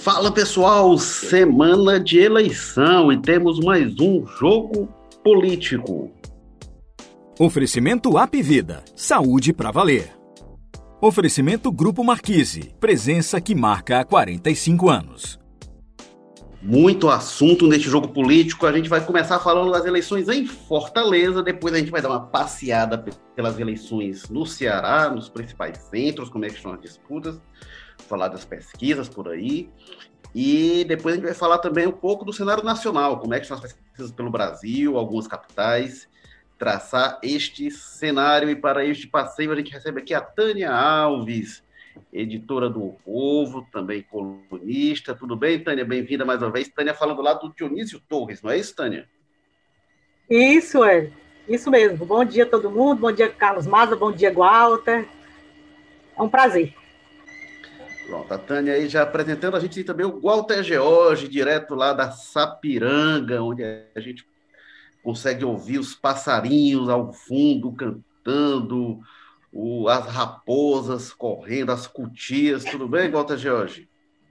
Fala pessoal, semana de eleição e temos mais um jogo político. Oferecimento Apvida, saúde pra valer. Oferecimento Grupo Marquise, presença que marca há 45 anos. Muito assunto neste jogo político. A gente vai começar falando das eleições em Fortaleza, depois a gente vai dar uma passeada pelas eleições no Ceará, nos principais centros, como é que estão as disputas, falar das pesquisas por aí. E depois a gente vai falar também um pouco do cenário nacional, como é que estão as pesquisas pelo Brasil, algumas capitais, traçar este cenário. E para este passeio a gente recebe aqui a Tânia Alves, editora do O Povo, também colunista. Tudo bem, Tânia? Bem-vinda mais uma vez. Tânia falando lá do Dionísio Torres, não é isso, Tânia? Isso mesmo. Bom dia a todo mundo, bom dia Carlos Maza, bom dia Walter. É um prazer. Pronto, a Tânia aí já apresentando, a gente tem também o Walter George, direto lá da Sapiranga, onde a gente consegue ouvir os passarinhos ao fundo cantando, as raposas correndo, as cutias. Tudo bem, Walter George?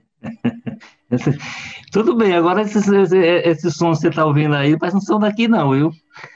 Tudo bem, agora esse som que você está ouvindo aí parece um som daqui não, viu?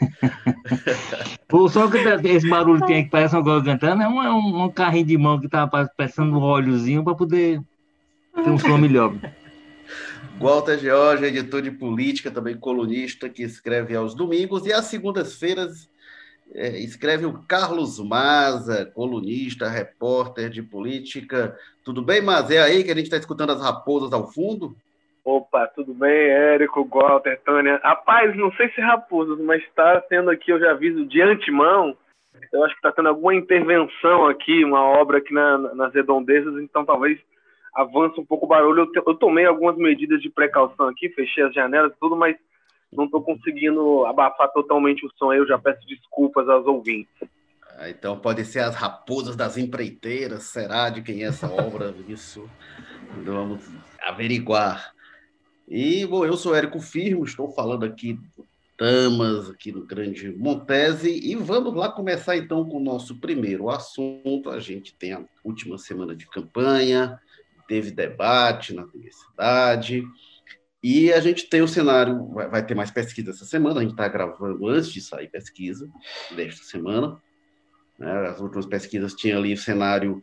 O som que esse barulho que tem aí que parece uma coisa cantando é um carrinho de mão que está passando um óleozinho para poder ter um som melhor. Walter George, editor de política, também colunista, que escreve aos domingos, e às segundas-feiras escreve o Carlos Maza, colunista, repórter de política. Tudo bem, Maza? É aí que a gente está escutando as raposas ao fundo? Opa, tudo bem, Érico, Walter, Tânia? Rapaz, não sei se raposas, mas está tendo aqui, eu já aviso de antemão, eu acho que está tendo alguma intervenção aqui, uma obra aqui nas redondezas, então talvez avance um pouco o barulho. Eu tomei algumas medidas de precaução aqui, fechei as janelas e tudo, mas não estou conseguindo abafar totalmente o som aí, eu já peço desculpas aos ouvintes. Então pode ser as raposas das empreiteiras, será de quem é essa obra? Isso vamos averiguar. E, bom, eu sou Érico Firmo, estou falando aqui do Tamas, aqui no Grande Montese, e vamos lá começar então com o nosso primeiro assunto. A gente tem a última semana de campanha, teve debate na universidade, e a gente tem o cenário, vai ter mais pesquisa essa semana, a gente está gravando antes de sair pesquisa desta semana, né? As últimas pesquisas tinham ali o cenário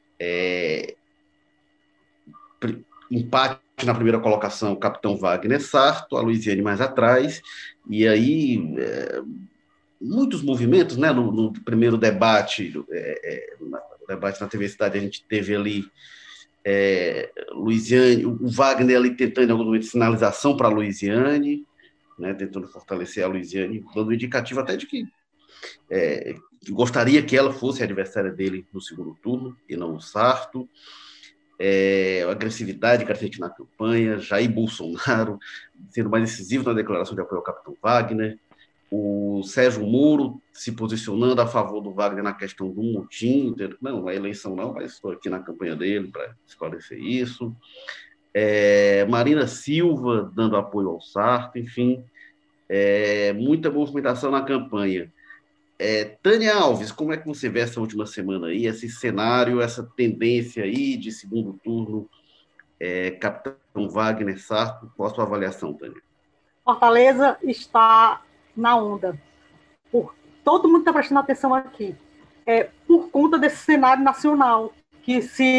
empate na primeira colocação, o capitão Wagner Sarto, a Luiziane mais atrás, e aí muitos movimentos, né? No primeiro debate, no debate na TV Cidade, a gente teve ali Luiziane, o Wagner ali tentando em algum momento sinalização para a Luiziane, né? Tentando fortalecer a Luiziane, dando indicativo até de que gostaria que ela fosse a adversária dele no segundo turno, e não o Sarto. Agressividade crescente na campanha, Jair Bolsonaro sendo mais decisivo na declaração de apoio ao capitão Wagner, o Sérgio Moro se posicionando a favor do Wagner na questão do motim, não, a eleição não, mas estou aqui na campanha dele para esclarecer isso, Marina Silva dando apoio ao Sarto, enfim, muita movimentação na campanha. Tânia Alves, como é que você vê essa última semana aí, esse cenário, essa tendência aí de segundo turno, capitão Wagner Sarto, qual a sua avaliação, Tânia? Fortaleza está na onda. Todo mundo está prestando atenção aqui. Por conta desse cenário nacional, que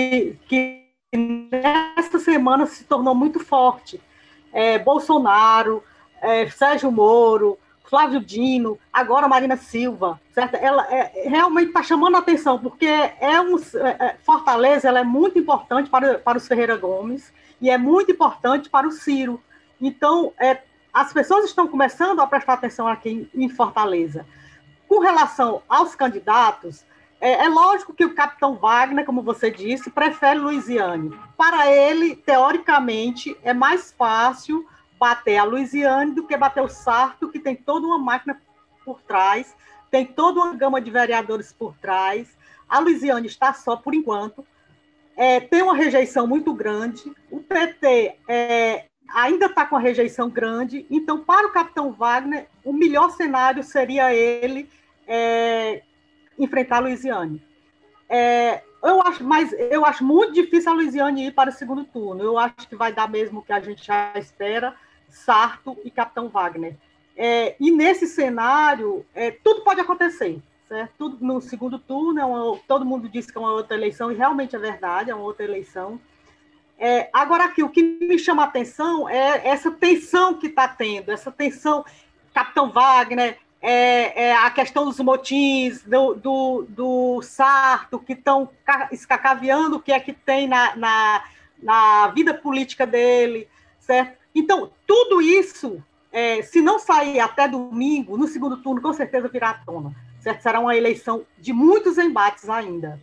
nesta semana se tornou muito forte. Bolsonaro, Sérgio Moro, Flávio Dino, agora Marina Silva, certo? Ela realmente está chamando a atenção, porque Fortaleza ela é muito importante para os Ferreira Gomes e é muito importante para o Ciro. Então, as pessoas estão começando a prestar atenção aqui em Fortaleza. Com relação aos candidatos, é lógico que o capitão Wagner, como você disse, prefere Luiziane. Para ele, teoricamente, é mais fácil bater a Luiziane do que bater o Sarto, que tem toda uma máquina por trás, tem toda uma gama de vereadores por trás. A Luiziane está só por enquanto, tem uma rejeição muito grande, o PT ainda está com a rejeição grande, então para o capitão Wagner, o melhor cenário seria ele enfrentar a Luiziane. eu acho muito difícil a Luiziane ir para o segundo turno. Eu acho que vai dar mesmo o que a gente já espera, Sarto e Capitão Wagner. E nesse cenário, tudo pode acontecer, certo? Tudo no segundo turno, todo mundo diz que é uma outra eleição, e realmente é verdade, é uma outra eleição. Agora, aqui, o que me chama a atenção é essa tensão que está tendo, essa tensão, Capitão Wagner, a questão dos motins, do Sarto, que estão escacaveando o que é que tem na vida política dele, certo? Então, tudo isso, se não sair até domingo, no segundo turno, com certeza virá à tona, certo? Será uma eleição de muitos embates ainda.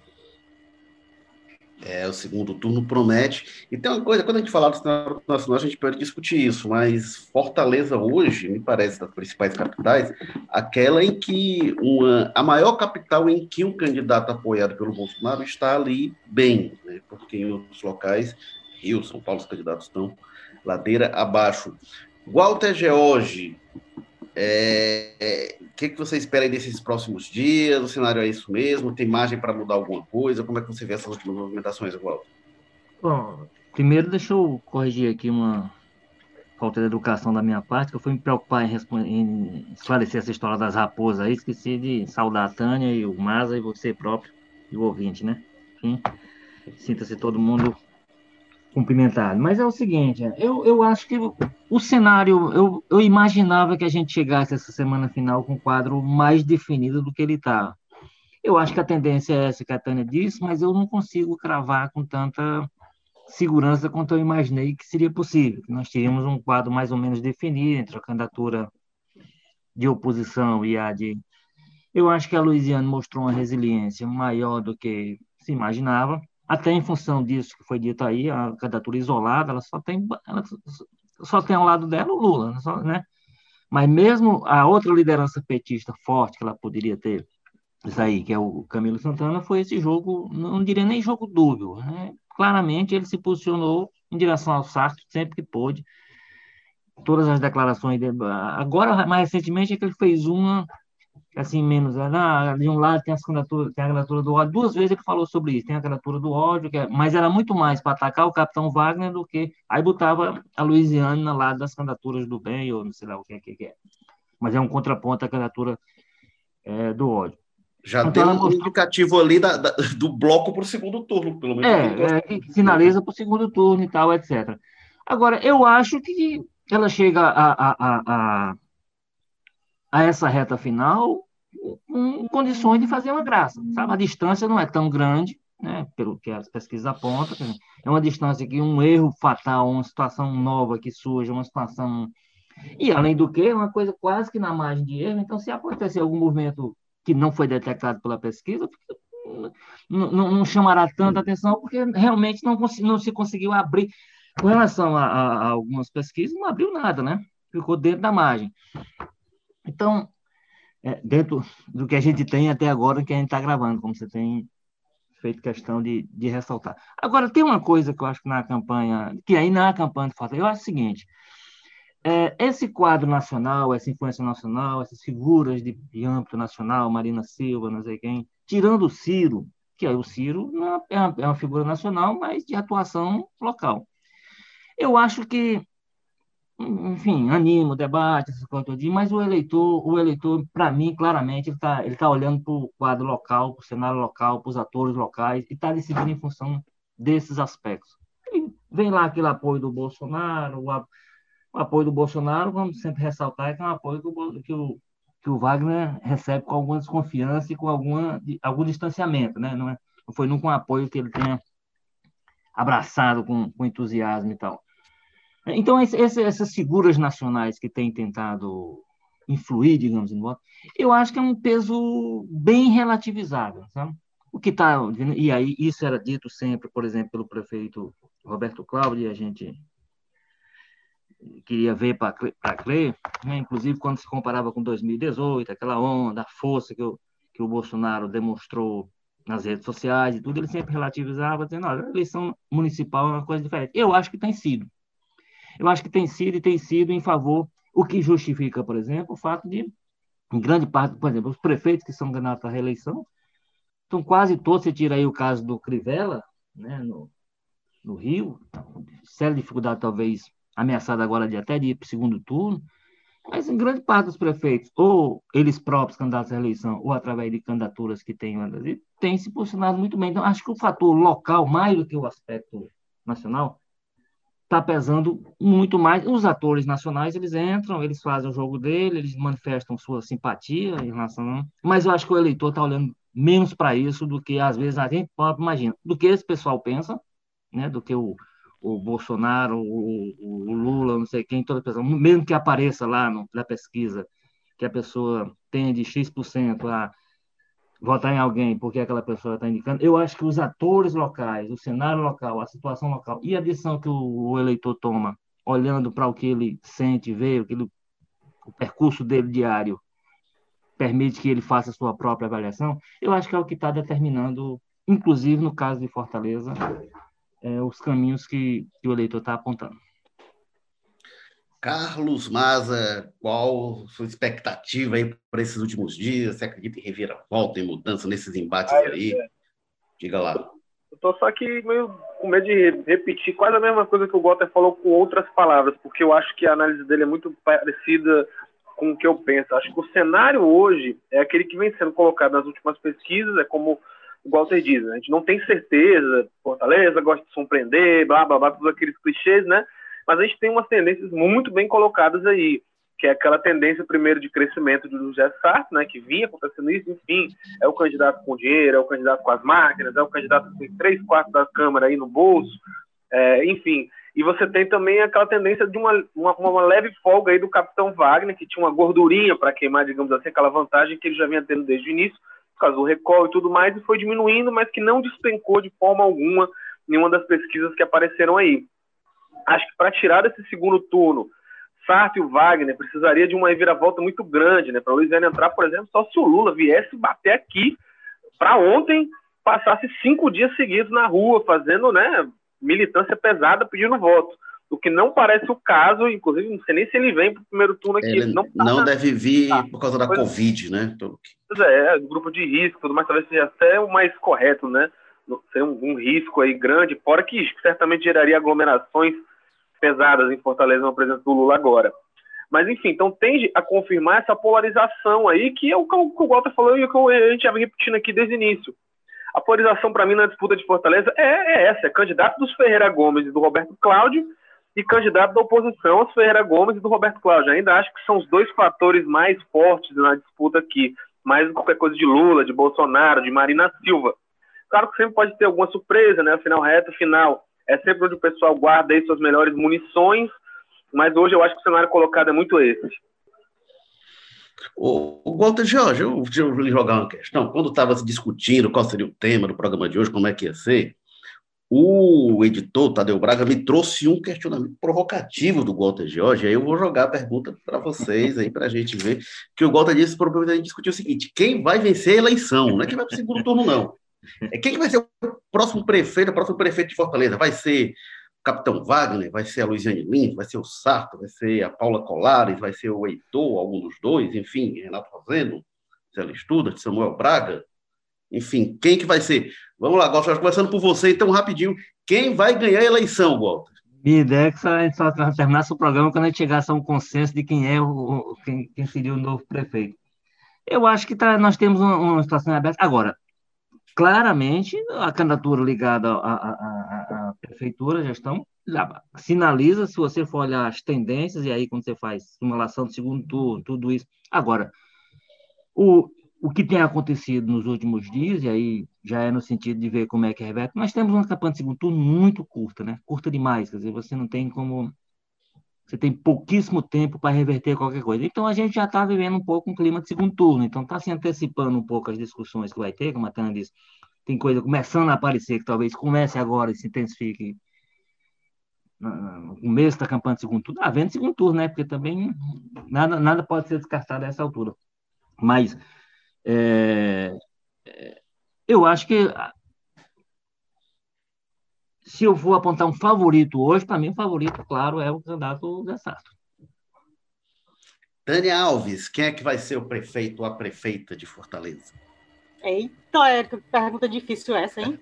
O segundo turno promete. E tem uma coisa, quando a gente fala do cenário nacional, a gente pode discutir isso, mas Fortaleza hoje, me parece, das principais capitais, aquela em que a maior capital em que um candidato apoiado pelo Bolsonaro está ali bem, né? Porque em outros locais, Rio, São Paulo, os candidatos estão ladeira abaixo. Walter George, o que você espera aí desses próximos dias? O cenário é isso mesmo? Tem margem para mudar alguma coisa? Como é que você vê essas últimas movimentações, Walter? Bom, primeiro deixa eu corrigir aqui uma falta de educação da minha parte, que eu fui me preocupar em esclarecer essa história das raposas aí, esqueci de saudar a Tânia e o Maza e você próprio e o ouvinte, né? Enfim, sinta-se todo mundo cumprimentado. Mas é o seguinte, eu acho que o cenário, eu imaginava que a gente chegasse essa semana final com um quadro mais definido do que ele está. Eu acho que a tendência é essa que a Tânia disse, mas eu não consigo cravar com tanta segurança quanto eu imaginei que seria possível. Nós teríamos um quadro mais ou menos definido entre a candidatura de oposição e a de... Eu acho que a Luiziane mostrou uma resiliência maior do que se imaginava, até em função disso que foi dito aí, a candidatura isolada, ela só tem ao lado dela o Lula, né? Mas mesmo a outra liderança petista forte que ela poderia ter, isso aí, que é o Camilo Santana, foi esse jogo, não diria nem jogo dúbio, né? Claramente ele se posicionou em direção ao Sarto sempre que pôde, todas as declarações dele. Agora, mais recentemente, é que ele fez uma assim, menos, de um lado tem a candidatura do ódio, duas vezes ele falou sobre isso, tem a candidatura do ódio, mas era muito mais para atacar o Capitão Wagner do que, aí botava a Luiziane no lado das candidaturas do bem, ou não sei lá o que é. Mas é um contraponto à candidatura do ódio. Já então, tem um indicativo ali do bloco para o segundo turno, pelo menos. Que sinaliza para o segundo turno e tal, etc. Agora, eu acho que ela chega a essa reta final com condições de fazer uma graça, sabe? A distância não é tão grande, né? Pelo que as pesquisas apontam, é uma distância que um erro fatal, uma situação nova que surge, uma situação... E, além do que, uma coisa quase que na margem de erro, então, se acontecer algum movimento que não foi detectado pela pesquisa, não chamará tanta atenção, porque realmente não se conseguiu abrir. Com relação a algumas pesquisas, não abriu nada, né? Ficou dentro da margem. Então, dentro do que a gente tem até agora, que a gente está gravando, como você tem feito questão de ressaltar. Agora, tem uma coisa que eu acho que na campanha de Fortaleza, eu acho o seguinte, esse quadro nacional, essa influência nacional, essas figuras de âmbito nacional, Marina Silva, não sei quem, tirando o Ciro, que aí o Ciro é uma figura nacional, mas de atuação local. Eu acho que enfim, anima o debate, essas coisas todinhas, mas o eleitor, para mim, claramente, ele tá olhando para o quadro local, para o cenário local, para os atores locais, e está decidindo em função desses aspectos. E vem lá aquele apoio do Bolsonaro, o apoio do Bolsonaro, vamos sempre ressaltar que é um apoio que o Wagner recebe com alguma desconfiança e com algum distanciamento, né? Não foi nunca um apoio que ele tenha abraçado com entusiasmo e tal. Então, essas figuras nacionais que têm tentado influir, digamos, no voto, eu acho que é um peso bem relativizado, sabe? O que está... E aí, isso era dito sempre, por exemplo, pelo prefeito Roberto Cláudio, e a gente queria ver para crer, né? Inclusive quando se comparava com 2018, aquela onda, a força que o Bolsonaro demonstrou nas redes sociais e tudo, ele sempre relativizava, dizendo, olha, a eleição municipal é uma coisa diferente. Eu acho que tem sido. Eu acho que tem sido em favor, o que justifica, por exemplo, o fato de, em grande parte, por exemplo, os prefeitos que são candidatos à reeleição Então, quase todos, você tira aí o caso do Crivella, né, no Rio, séria dificuldade, talvez, ameaçada agora até de ir para o segundo turno, mas em grande parte dos prefeitos, ou eles próprios candidatos à reeleição, ou através de candidaturas que têm se posicionado muito bem. Então, acho que o fator local, mais do que o aspecto nacional, está pesando muito mais. Os atores nacionais, eles entram, eles fazem o jogo dele, eles manifestam sua simpatia em relação... Mas eu acho que o eleitor está olhando menos para isso do que, às vezes, a gente próprio imagina. Do que esse pessoal pensa, né? Do que o Bolsonaro, o Lula, não sei quem, toda pessoa, mesmo que apareça lá na pesquisa, que a pessoa tenha de X% a votar em alguém porque aquela pessoa está indicando, eu acho que os atores locais, o cenário local, a situação local e a decisão que o eleitor toma, olhando para o que ele sente, vê, o percurso dele diário, permite que ele faça a sua própria avaliação, eu acho que é o que está determinando, inclusive no caso de Fortaleza, os caminhos que o eleitor está apontando. Carlos Maza, qual sua expectativa aí para esses últimos dias? Você acredita em reviravolta, em mudança nesses embates aí? Diga lá. Eu estou só aqui meio com medo de repetir quase a mesma coisa que o Walter falou com outras palavras, porque eu acho que a análise dele é muito parecida com o que eu penso. Acho que o cenário hoje é aquele que vem sendo colocado nas últimas pesquisas, é como o Walter diz, né? A gente não tem certeza, Fortaleza gosta de surpreender, blá, blá, blá, todos aqueles clichês, né? Mas a gente tem umas tendências muito bem colocadas aí, que é aquela tendência, primeiro, de crescimento do José Sarto, né, que vinha acontecendo isso, enfim, é o candidato com dinheiro, é o candidato com as máquinas, é o candidato que tem 3/4 da Câmara aí no bolso, enfim. E você tem também aquela tendência de uma leve folga aí do Capitão Wagner, que tinha uma gordurinha para queimar, digamos assim, aquela vantagem que ele já vinha tendo desde o início, por causa do recall e tudo mais, e foi diminuindo, mas que não despencou de forma alguma nenhuma das pesquisas que apareceram aí. Acho que para tirar desse segundo turno Sarto e o Wagner precisaria de uma reviravolta muito grande, né? Para o Luiziane entrar, por exemplo, só se o Lula viesse bater aqui para ontem, passasse 5 dias seguidos na rua, fazendo, né, militância pesada, pedindo voto. O que não parece o caso, inclusive, não sei nem se ele vem para o primeiro turno aqui. Ele não deve vir por causa da Covid, né? Grupo de risco, tudo mais, talvez seja até o mais correto, né? Ser um risco aí grande, fora que certamente geraria aglomerações pesadas em Fortaleza na presença do Lula agora. Mas, enfim, então tende a confirmar essa polarização aí, que é o que o Walter falou e o que a gente já vem repetindo aqui desde o início. A polarização, para mim, na disputa de Fortaleza é essa, é candidato dos Ferreira Gomes e do Roberto Cláudio e candidato da oposição aos Ferreira Gomes e do Roberto Cláudio. Ainda acho que são os dois fatores mais fortes na disputa aqui, mais do que qualquer coisa de Lula, de Bolsonaro, de Marina Silva. Claro que sempre pode ter alguma surpresa, né? Afinal, reta final é sempre onde o pessoal guarda aí suas melhores munições, mas hoje eu acho que o cenário colocado é muito esse. O Walter Jorge, eu vou jogar uma questão. Quando estava se discutindo qual seria o tema do programa de hoje, como é que ia ser, o editor Tadeu Braga me trouxe um questionamento provocativo do Walter Jorge, aí eu vou jogar a pergunta para vocês aí, para a gente ver, que o Walter disse para a gente discutir o seguinte: quem vai vencer a eleição? Não é quem vai para o segundo turno, não. Quem que vai ser o próximo prefeito de Fortaleza? Vai ser o Capitão Wagner? Vai ser a Luiziane Lins? Vai ser o Sarto? Vai ser a Paula Colares? Vai ser o Heitor? Algum dos dois? Enfim, Renato Rosendo? Célio Studa? Samuel Braga? Enfim, quem que vai ser? Vamos lá, Walter, começando por você, então, rapidinho. Quem vai ganhar a eleição, Walter? Minha ideia é que a gente só terminasse o programa quando a gente chegasse a um consenso de quem quem seria o novo prefeito. Eu acho que nós temos uma situação aberta. Agora, claramente, a candidatura ligada à prefeitura, a gestão, sinaliza, se você for olhar as tendências, e aí quando você faz simulação do segundo turno, tudo isso. Agora, o que tem acontecido nos últimos dias, e aí já é no sentido de ver como é que reverte, nós temos uma campanha de segundo turno muito curta, né? Curta demais, quer dizer, você não tem como... Você tem pouquíssimo tempo para reverter qualquer coisa. Então, a gente já está vivendo um pouco um clima de segundo turno. Então, está se antecipando um pouco as discussões que vai ter, como a Tânia disse. Tem coisa começando a aparecer que talvez comece agora e se intensifique no começo da campanha de segundo turno. Havendo segundo turno, né? Porque também nada pode ser descartado a essa altura. Mas eu acho que se eu for apontar um favorito hoje, para mim o favorito, claro, é o candidato Zé Sarto. Tânia Alves, quem é que vai ser o prefeito ou a prefeita de Fortaleza? Eita, que pergunta difícil essa, hein?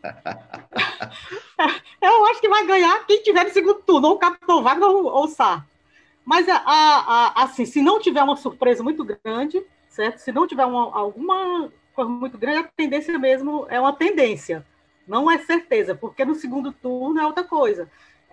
Eu acho que vai ganhar quem tiver no segundo turno, ou o Capitão Wagner ou o Sarto. Mas, assim, se não tiver uma surpresa muito grande, certo? Se não tiver alguma coisa muito grande, a tendência mesmo é uma tendência. Não é certeza, porque no segundo turno é outra coisa.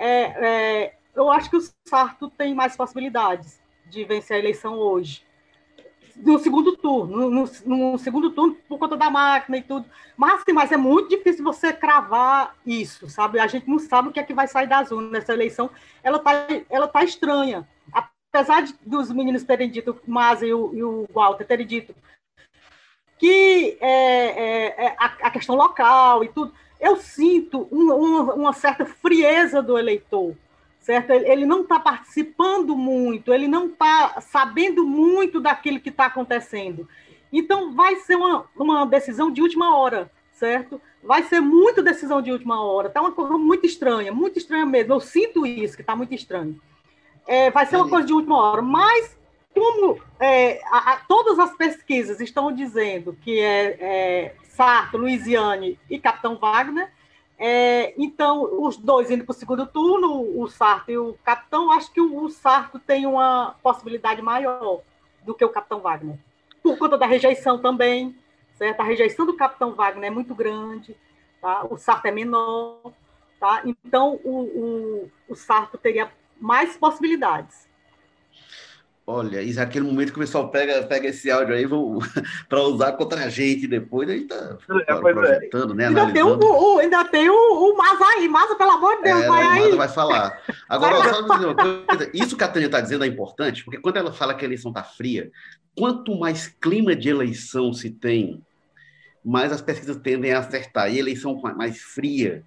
Eu acho que o Sarto tem mais possibilidades de vencer a eleição hoje. No segundo turno, no segundo turno, por conta da máquina e tudo. Mas é muito difícil você cravar isso, sabe? A gente não sabe o que é que vai sair das urnas nessa eleição. Ela tá estranha. Apesar dos meninos terem dito, o Maza e o Walter terem dito que a questão local e tudo, eu sinto uma certa frieza do eleitor. Certo? Ele não está participando muito, ele não está sabendo muito daquilo que está acontecendo. Então, vai ser uma decisão de última hora, certo? Vai ser muito decisão de última hora. Está uma coisa muito estranha mesmo. Eu sinto isso, que está muito estranho. Vai ser uma coisa de última hora, mas como todas as pesquisas estão dizendo que Sarto, Luiziane e Capitão Wagner, então, os dois indo para o segundo turno, o Sarto e o Capitão, acho que o Sarto tem uma possibilidade maior do que o Capitão Wagner. Por conta da rejeição também, certo? A rejeição do Capitão Wagner é muito grande, tá? O Sarto é menor, tá? Então, o Sarto teria mais possibilidades. Olha, isso é aquele momento que o pessoal pega esse áudio aí para usar contra a gente depois, a gente tá projetando, né? Ainda tem o Maza aí. Maza, pelo amor de Deus, vai aí. O Maza vai falar. Agora, só dizer uma coisa, isso que a Tânia está dizendo é importante, porque quando ela fala que a eleição está fria, quanto mais clima de eleição se tem, mais as pesquisas tendem a acertar. E a eleição mais fria,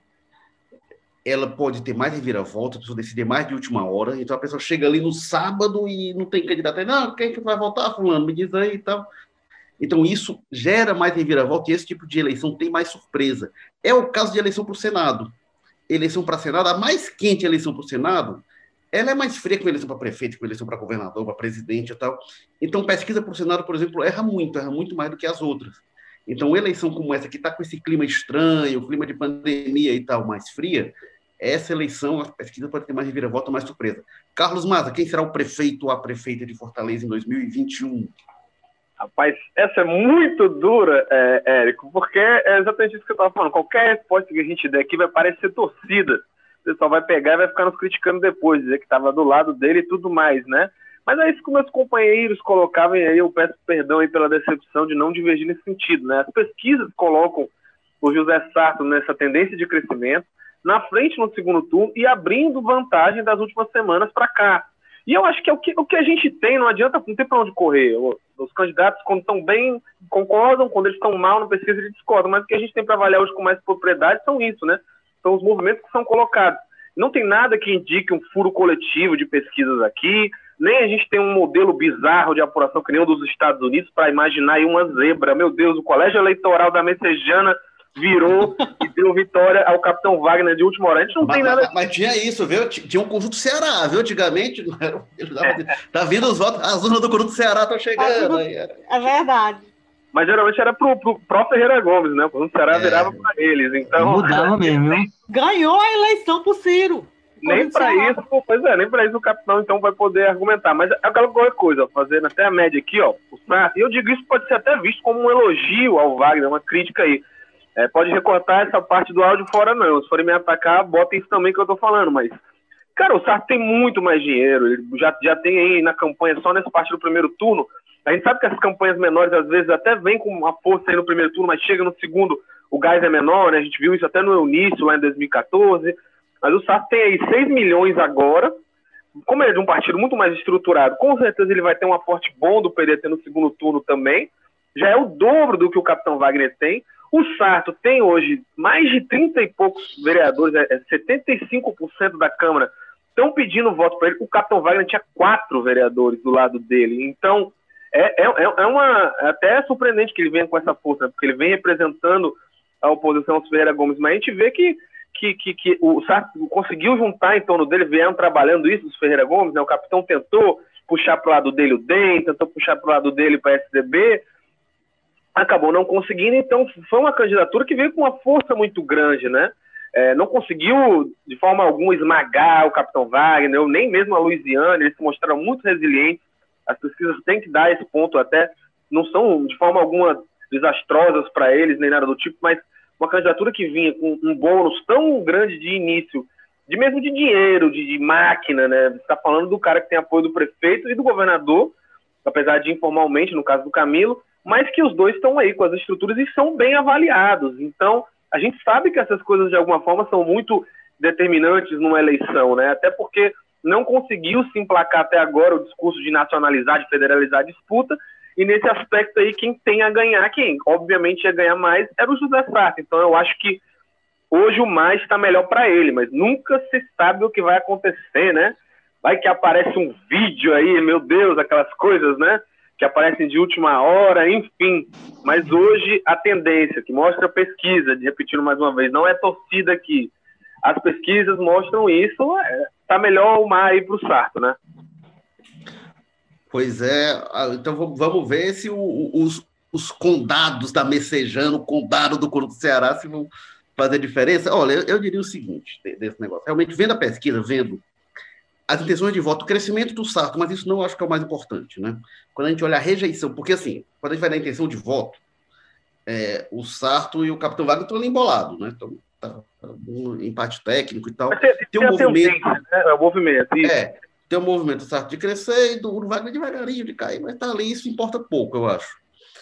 ela pode ter mais reviravolta, a pessoa decidir mais de última hora, então a pessoa chega ali no sábado e não tem candidato aí, não, quem que vai votar, fulano, me diz aí e tal. Então isso gera mais reviravolta e esse tipo de eleição tem mais surpresa. É o caso de eleição para o Senado. Eleição para Senado, a mais quente eleição para o Senado, ela é mais fria que a eleição para prefeito, que a eleição para governador, para presidente e tal. Então pesquisa para o Senado, por exemplo, erra muito mais do que as outras. Então, uma eleição como essa, que está com esse clima estranho, clima de pandemia e tal, mais fria, essa eleição, a pesquisa pode ter mais reviravolta, mais surpresa. Carlos Maza, quem será o prefeito ou a prefeita de Fortaleza em 2021? Rapaz, essa é muito dura, Érico, porque é exatamente isso que eu estava falando. Qualquer resposta que a gente der aqui vai parecer torcida. O pessoal vai pegar e vai ficar nos criticando depois, dizer que estava do lado dele e tudo mais, né? Mas é isso que meus companheiros colocavam, e aí eu peço perdão aí pela decepção de não divergir nesse sentido, né? As pesquisas colocam o José Sarto nessa tendência de crescimento, na frente no segundo turno e abrindo vantagem das últimas semanas para cá. E eu acho que é o que a gente tem, não adianta, não tem para onde correr. Os candidatos, quando estão bem, concordam, quando eles estão mal na pesquisa, eles discordam, mas o que a gente tem para avaliar hoje com mais propriedade são isso, né? São os movimentos que são colocados. Não tem nada que indique um furo coletivo de pesquisas aqui, nem a gente tem um modelo bizarro de apuração que nem o dos Estados Unidos para imaginar aí uma zebra. Meu Deus, o colégio eleitoral da Messejana virou e deu vitória ao Capitão Wagner de última hora. A gente não tem nada... Mas tinha isso, viu? Tinha um conjunto Ceará, viu? Antigamente, não era... Tá vindo os votos, as urnas do conjunto Ceará estão chegando. É verdade. Mas geralmente era pro Ferreira Gomes, né? O conjunto Ceará virava para eles. Então... Mudava mesmo, hein? Ganhou a eleição pro Ciro. Nem para isso, nem para isso o capitão então vai poder argumentar. Mas é aquela coisa, fazendo até a média aqui, ó, o Sarto, e eu digo isso pode ser até visto como um elogio ao Wagner, uma crítica aí. Pode recortar essa parte do áudio fora, não. Se forem me atacar, botem isso também que eu tô falando, mas... Cara, o Sarto tem muito mais dinheiro, ele já tem aí na campanha, só nessa parte do primeiro turno. A gente sabe que as campanhas menores, às vezes, até vem com uma força aí no primeiro turno, mas chega no segundo, o gás é menor, né? A gente viu isso até no Eunício, lá em 2014... Mas o Sarto tem aí 6 milhões agora. Como ele é de um partido muito mais estruturado, com certeza ele vai ter um aporte bom do PDT no segundo turno também. Já é o dobro do que o Capitão Wagner tem. O Sarto tem hoje mais de 30 e poucos vereadores, 75% da Câmara estão pedindo voto para ele. O Capitão Wagner tinha 4 vereadores do lado dele. Então, até surpreendente que ele venha com essa força, porque ele vem representando a oposição aos Ferreira Gomes. Mas a gente vê que o Sarto conseguiu juntar em torno dele, vieram trabalhando isso, os Ferreira Gomes, né? O capitão tentou puxar para o lado dele o DEM, tentou puxar para o lado dele para a SDB, acabou não conseguindo, então foi uma candidatura que veio com uma força muito grande, né? Não conseguiu, de forma alguma, esmagar o Capitão Wagner, nem mesmo a Luiziane, eles se mostraram muito resilientes. As pesquisas têm que dar esse ponto até, não são de forma alguma desastrosas para eles, nem nada do tipo, mas uma candidatura que vinha com um bônus tão grande de início, de mesmo de dinheiro, de máquina, né? Você está falando do cara que tem apoio do prefeito e do governador, apesar de informalmente, no caso do Camilo, mas que os dois estão aí com as estruturas e são bem avaliados. Então, a gente sabe que essas coisas, de alguma forma, são muito determinantes numa eleição, né? Até porque não conseguiu se emplacar até agora o discurso de nacionalizar, de federalizar a disputa, e nesse aspecto aí, quem tem a ganhar, quem obviamente ia ganhar mais, era o José Sarto. Então, eu acho que hoje o mais está melhor para ele, mas nunca se sabe o que vai acontecer, né? Vai que aparece um vídeo aí, meu Deus, aquelas coisas, né? Que aparecem de última hora, enfim. Mas hoje a tendência que mostra a pesquisa, de repetindo mais uma vez, não é torcida aqui. As pesquisas mostram isso, tá melhor o mar aí para o Sarto, né? Pois é, então vamos ver se os condados da Messejana, o condado do Ceará, se vão fazer diferença. Olha, eu diria o seguinte desse negócio. Realmente, vendo a pesquisa, vendo as intenções de voto, o crescimento do Sarto, mas isso não acho que é o mais importante, né? Quando a gente olha a rejeição, porque assim, quando a gente vai na intenção de voto, o Sarto e o Capitão Wagner estão ali embolados, né? Então, tá um empate técnico e tal. Tem um movimento. É o movimento. Isso. Tem um movimento do Sarto de crescer e do Wagner devagarinho de cair, mas tá ali, isso importa pouco, eu acho.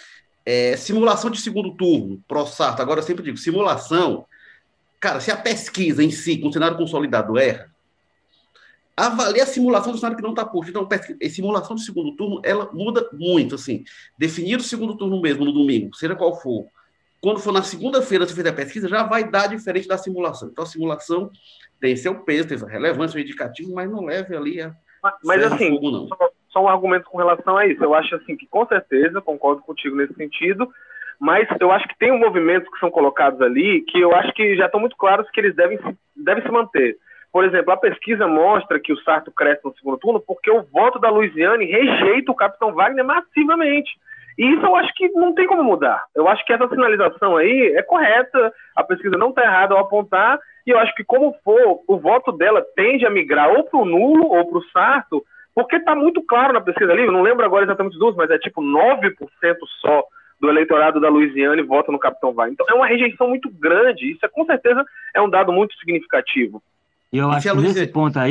Simulação de segundo turno, pró-Sarto. Agora eu sempre digo, simulação, cara, se a pesquisa em si, com o cenário consolidado, erra, avalie a simulação do cenário que não está posto. Então, a simulação de segundo turno, ela muda muito, assim. Definir o segundo turno mesmo no domingo, seja qual for, quando for na segunda-feira, se fizer a pesquisa, já vai dar diferente da simulação. Então, a simulação tem seu peso, tem sua relevância, seu indicativo, mas não leve ali a mas assim, fogo, não. Só um argumento com relação a isso. Eu acho assim que, com certeza, concordo contigo nesse sentido, mas eu acho que tem movimentos que são colocados ali que eu acho que já estão muito claros que eles devem se manter. Por exemplo, a pesquisa mostra que o Sarto cresce no segundo turno porque o voto da Luiziane rejeita o Capitão Wagner massivamente. E isso eu acho que não tem como mudar. Eu acho que essa sinalização aí é correta, a pesquisa não está errada ao apontar, e eu acho que como for, o voto dela tende a migrar ou para o nulo ou para o Sarto, porque está muito claro na pesquisa ali, eu não lembro agora exatamente os números, mas é tipo 9% só do eleitorado da Luiziane vota no Capitão Wagner. Então é uma rejeição muito grande, isso com certeza é um dado muito significativo. E eu acho que nesse ponto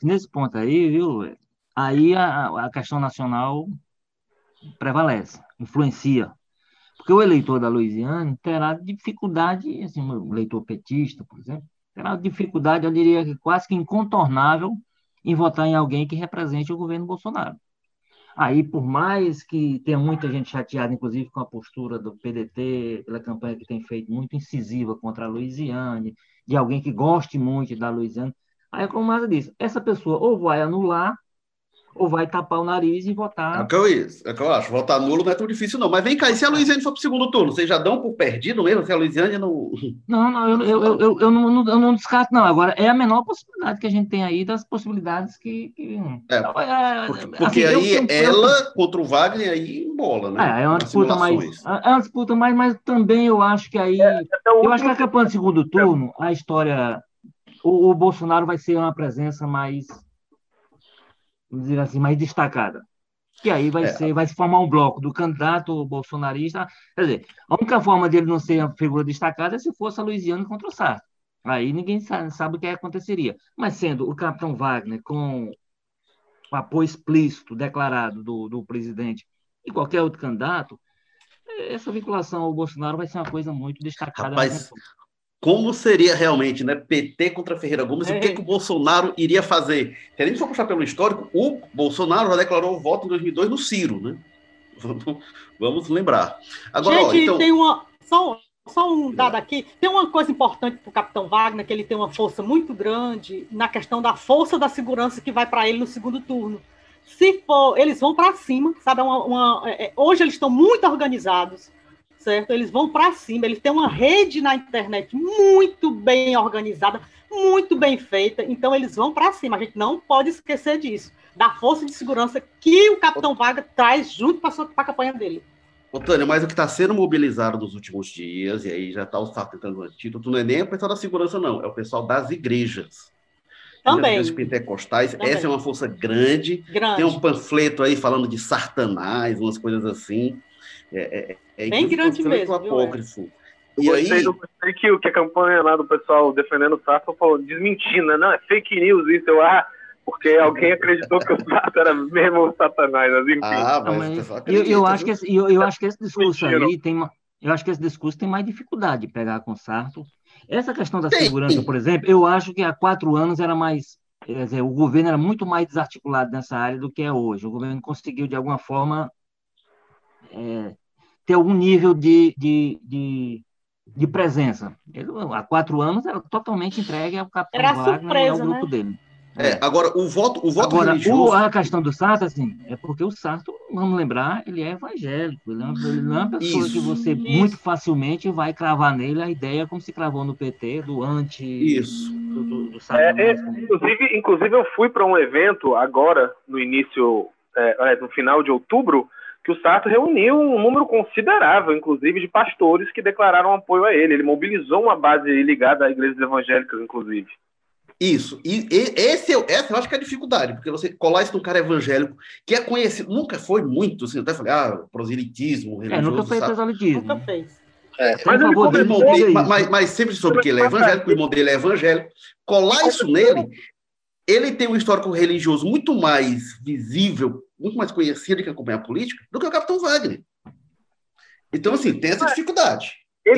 aí, viu, aí a questão nacional prevalece, influencia. Porque o eleitor da Luiziane terá dificuldade, assim, o eleitor petista, por exemplo, terá dificuldade, eu diria que quase que incontornável, em votar em alguém que represente o governo Bolsonaro. Aí, por mais que tenha muita gente chateada, inclusive com a postura do PDT, pela campanha que tem feito muito incisiva contra a Luiziane, de alguém que goste muito da Luiziane, aí, como o Maza disse, essa pessoa ou vai anular, ou vai tapar o nariz e votar. É o que eu acho. Votar nulo não é tão difícil, não. Mas vem cá, e se a Luiziane for para o segundo turno? Vocês já dão por perdido mesmo? Se a Luiziane não... Não, eu não descarto, não. Agora, é a menor possibilidade que a gente tem aí das possibilidades que... Porque assim, aí ela contra o Wagner aí embola, né? É uma disputa mais também eu acho que aí... Eu acho que na campanha de segundo turno, a história... O Bolsonaro vai ser uma presença mais... vamos dizer assim, mais destacada. Que aí vai se formar um bloco do candidato bolsonarista. Quer dizer, a única forma dele não ser uma figura destacada é se fosse a Luiziane contra o Sarto. Aí ninguém sabe o que aconteceria. Mas sendo o Capitão Wagner com o apoio explícito, declarado do presidente e qualquer outro candidato, essa vinculação ao Bolsonaro vai ser uma coisa muito destacada. Rapaz, como seria realmente, né? PT contra Ferreira Gomes, e o que o Bolsonaro iria fazer? Se a gente for puxar pelo histórico, o Bolsonaro já declarou o voto em 2002 no Ciro, né? Vamos lembrar. Agora, gente, então... tem uma... Só um dado aqui. Tem uma coisa importante para o Capitão Wagner, que ele tem uma força muito grande na questão da força da segurança que vai para ele no segundo turno. Se for, eles vão para cima, sabe? Hoje eles estão muito organizados, certo? Eles vão para cima, eles têm uma rede na internet muito bem organizada, muito bem feita, então eles vão para cima. A gente não pode esquecer disso, da força de segurança que o Capitão Wagner traz junto para a campanha dele. Ô, Tânia, mas o que está sendo mobilizado nos últimos dias, e aí já está o Sarto tentando antídoto, não é nem o pessoal da segurança, não, é o pessoal das igrejas. Das igrejas Também. pentecostais, Também. essa é uma força grande. Tem um panfleto aí falando de Satanás, umas coisas assim. Bem grande mesmo, apócrifo. E eu gostei que a campanha lá do pessoal defendendo o Sarto falou, desmentindo, né? Não, é fake news isso, porque alguém acreditou que o Sarto era mesmo o Satanás, mas enfim. Eu acho que esse discurso aí eu acho que esse discurso tem mais dificuldade de pegar com o Sarto. Essa questão da segurança, por exemplo, eu acho que há 4 anos era mais, quer dizer, o governo era muito mais desarticulado nessa área do que é hoje. O governo conseguiu, de alguma forma, ter algum nível de presença. Ele, há 4 anos era totalmente entregue ao Capitão Wagner e ao grupo dele. Agora, o voto agora, religioso... a questão do Sarto, assim, é porque o Sarto, vamos lembrar, ele é evangélico, ele não é uma pessoa que você muito facilmente vai cravar nele a ideia como se cravou no PT, do anti... Isso. Do Sarto. Inclusive, eu fui para um evento agora, no final de outubro, que o Sarto reuniu um número considerável, inclusive, de pastores que declararam apoio a ele. Ele mobilizou uma base ligada a igrejas evangélicas, inclusive. Isso. E essa eu acho que é a dificuldade, porque você colar isso num cara evangélico, que é conhecido, nunca foi muito, assim, até falei, proselitismo religioso. Nunca fez proselitismo. Nunca fez. Mas sempre soube que ele é evangélico, o irmão dele é evangélico. Colar isso nele, ele tem um histórico religioso muito mais visível, muito mais conhecido que acompanha a política, do que o Capitão Wagner. Então, assim, tem essa dificuldade.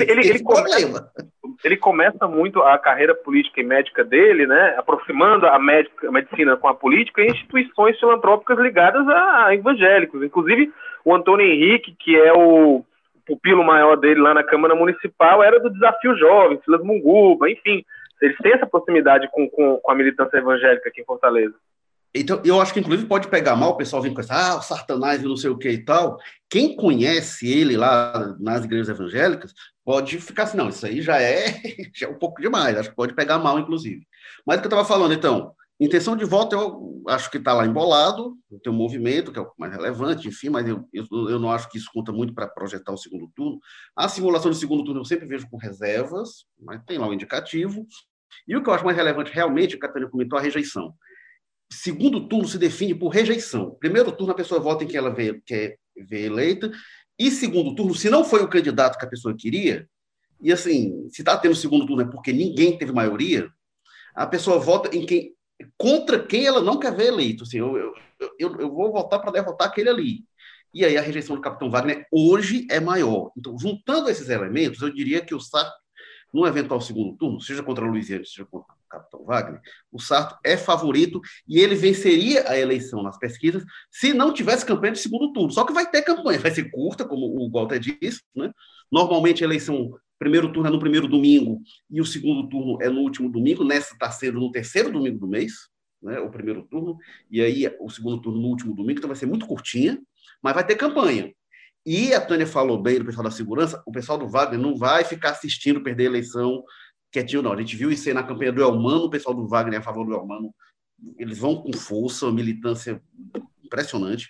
Ele começa muito a carreira política e médica dele, né, aproximando a medicina com a política e instituições filantrópicas ligadas a evangélicos. Inclusive, o Antônio Henrique, que é o pupilo maior dele lá na Câmara Municipal, era do Desafio Jovem, Silas Munguba, enfim. Eles têm essa proximidade com a militância evangélica aqui em Fortaleza. Então, eu acho que, inclusive, pode pegar mal o pessoal vir com essa, o Satanás e não sei o que e tal. Quem conhece ele lá nas igrejas evangélicas pode ficar assim, não, isso aí já é um pouco demais, acho que pode pegar mal, inclusive. Mas o que eu estava falando, então, intenção de voto, eu acho que está lá embolado, tem um movimento, que é o mais relevante, enfim, mas eu não acho que isso conta muito para projetar o segundo turno. A simulação do segundo turno eu sempre vejo com reservas, mas tem lá o indicativo. E o que eu acho mais relevante, realmente, o que a Tânia comentou, a rejeição. Segundo turno se define por rejeição. Primeiro turno, a pessoa vota em quem ela quer ver eleita. E segundo turno, se não foi o candidato que a pessoa queria, e assim, se está tendo segundo turno é porque ninguém teve maioria, a pessoa vota contra quem ela não quer ver eleito. Assim, eu vou votar para derrotar aquele ali. E aí a rejeição do Capitão Wagner hoje é maior. Então, juntando esses elementos, eu diria que o Sarto, num eventual segundo turno, seja contra a Luiziane, seja contra o Capitão Wagner, o Sarto é favorito e ele venceria a eleição nas pesquisas se não tivesse campanha de segundo turno. Só que vai ter campanha, vai ser curta, como o Walter disse, né? Normalmente a eleição, primeiro turno é no primeiro domingo e o segundo turno é no último domingo, nessa está sendo no terceiro domingo do mês, né? O primeiro turno, e aí o segundo turno no último domingo, então vai ser muito curtinha, mas vai ter campanha. E a Tânia falou bem do pessoal da segurança, o pessoal do Wagner não vai ficar assistindo perder a eleição quietinho, não. A gente viu isso aí na campanha do Elmano, o pessoal do Wagner a favor do Elmano, eles vão com força, uma militância impressionante.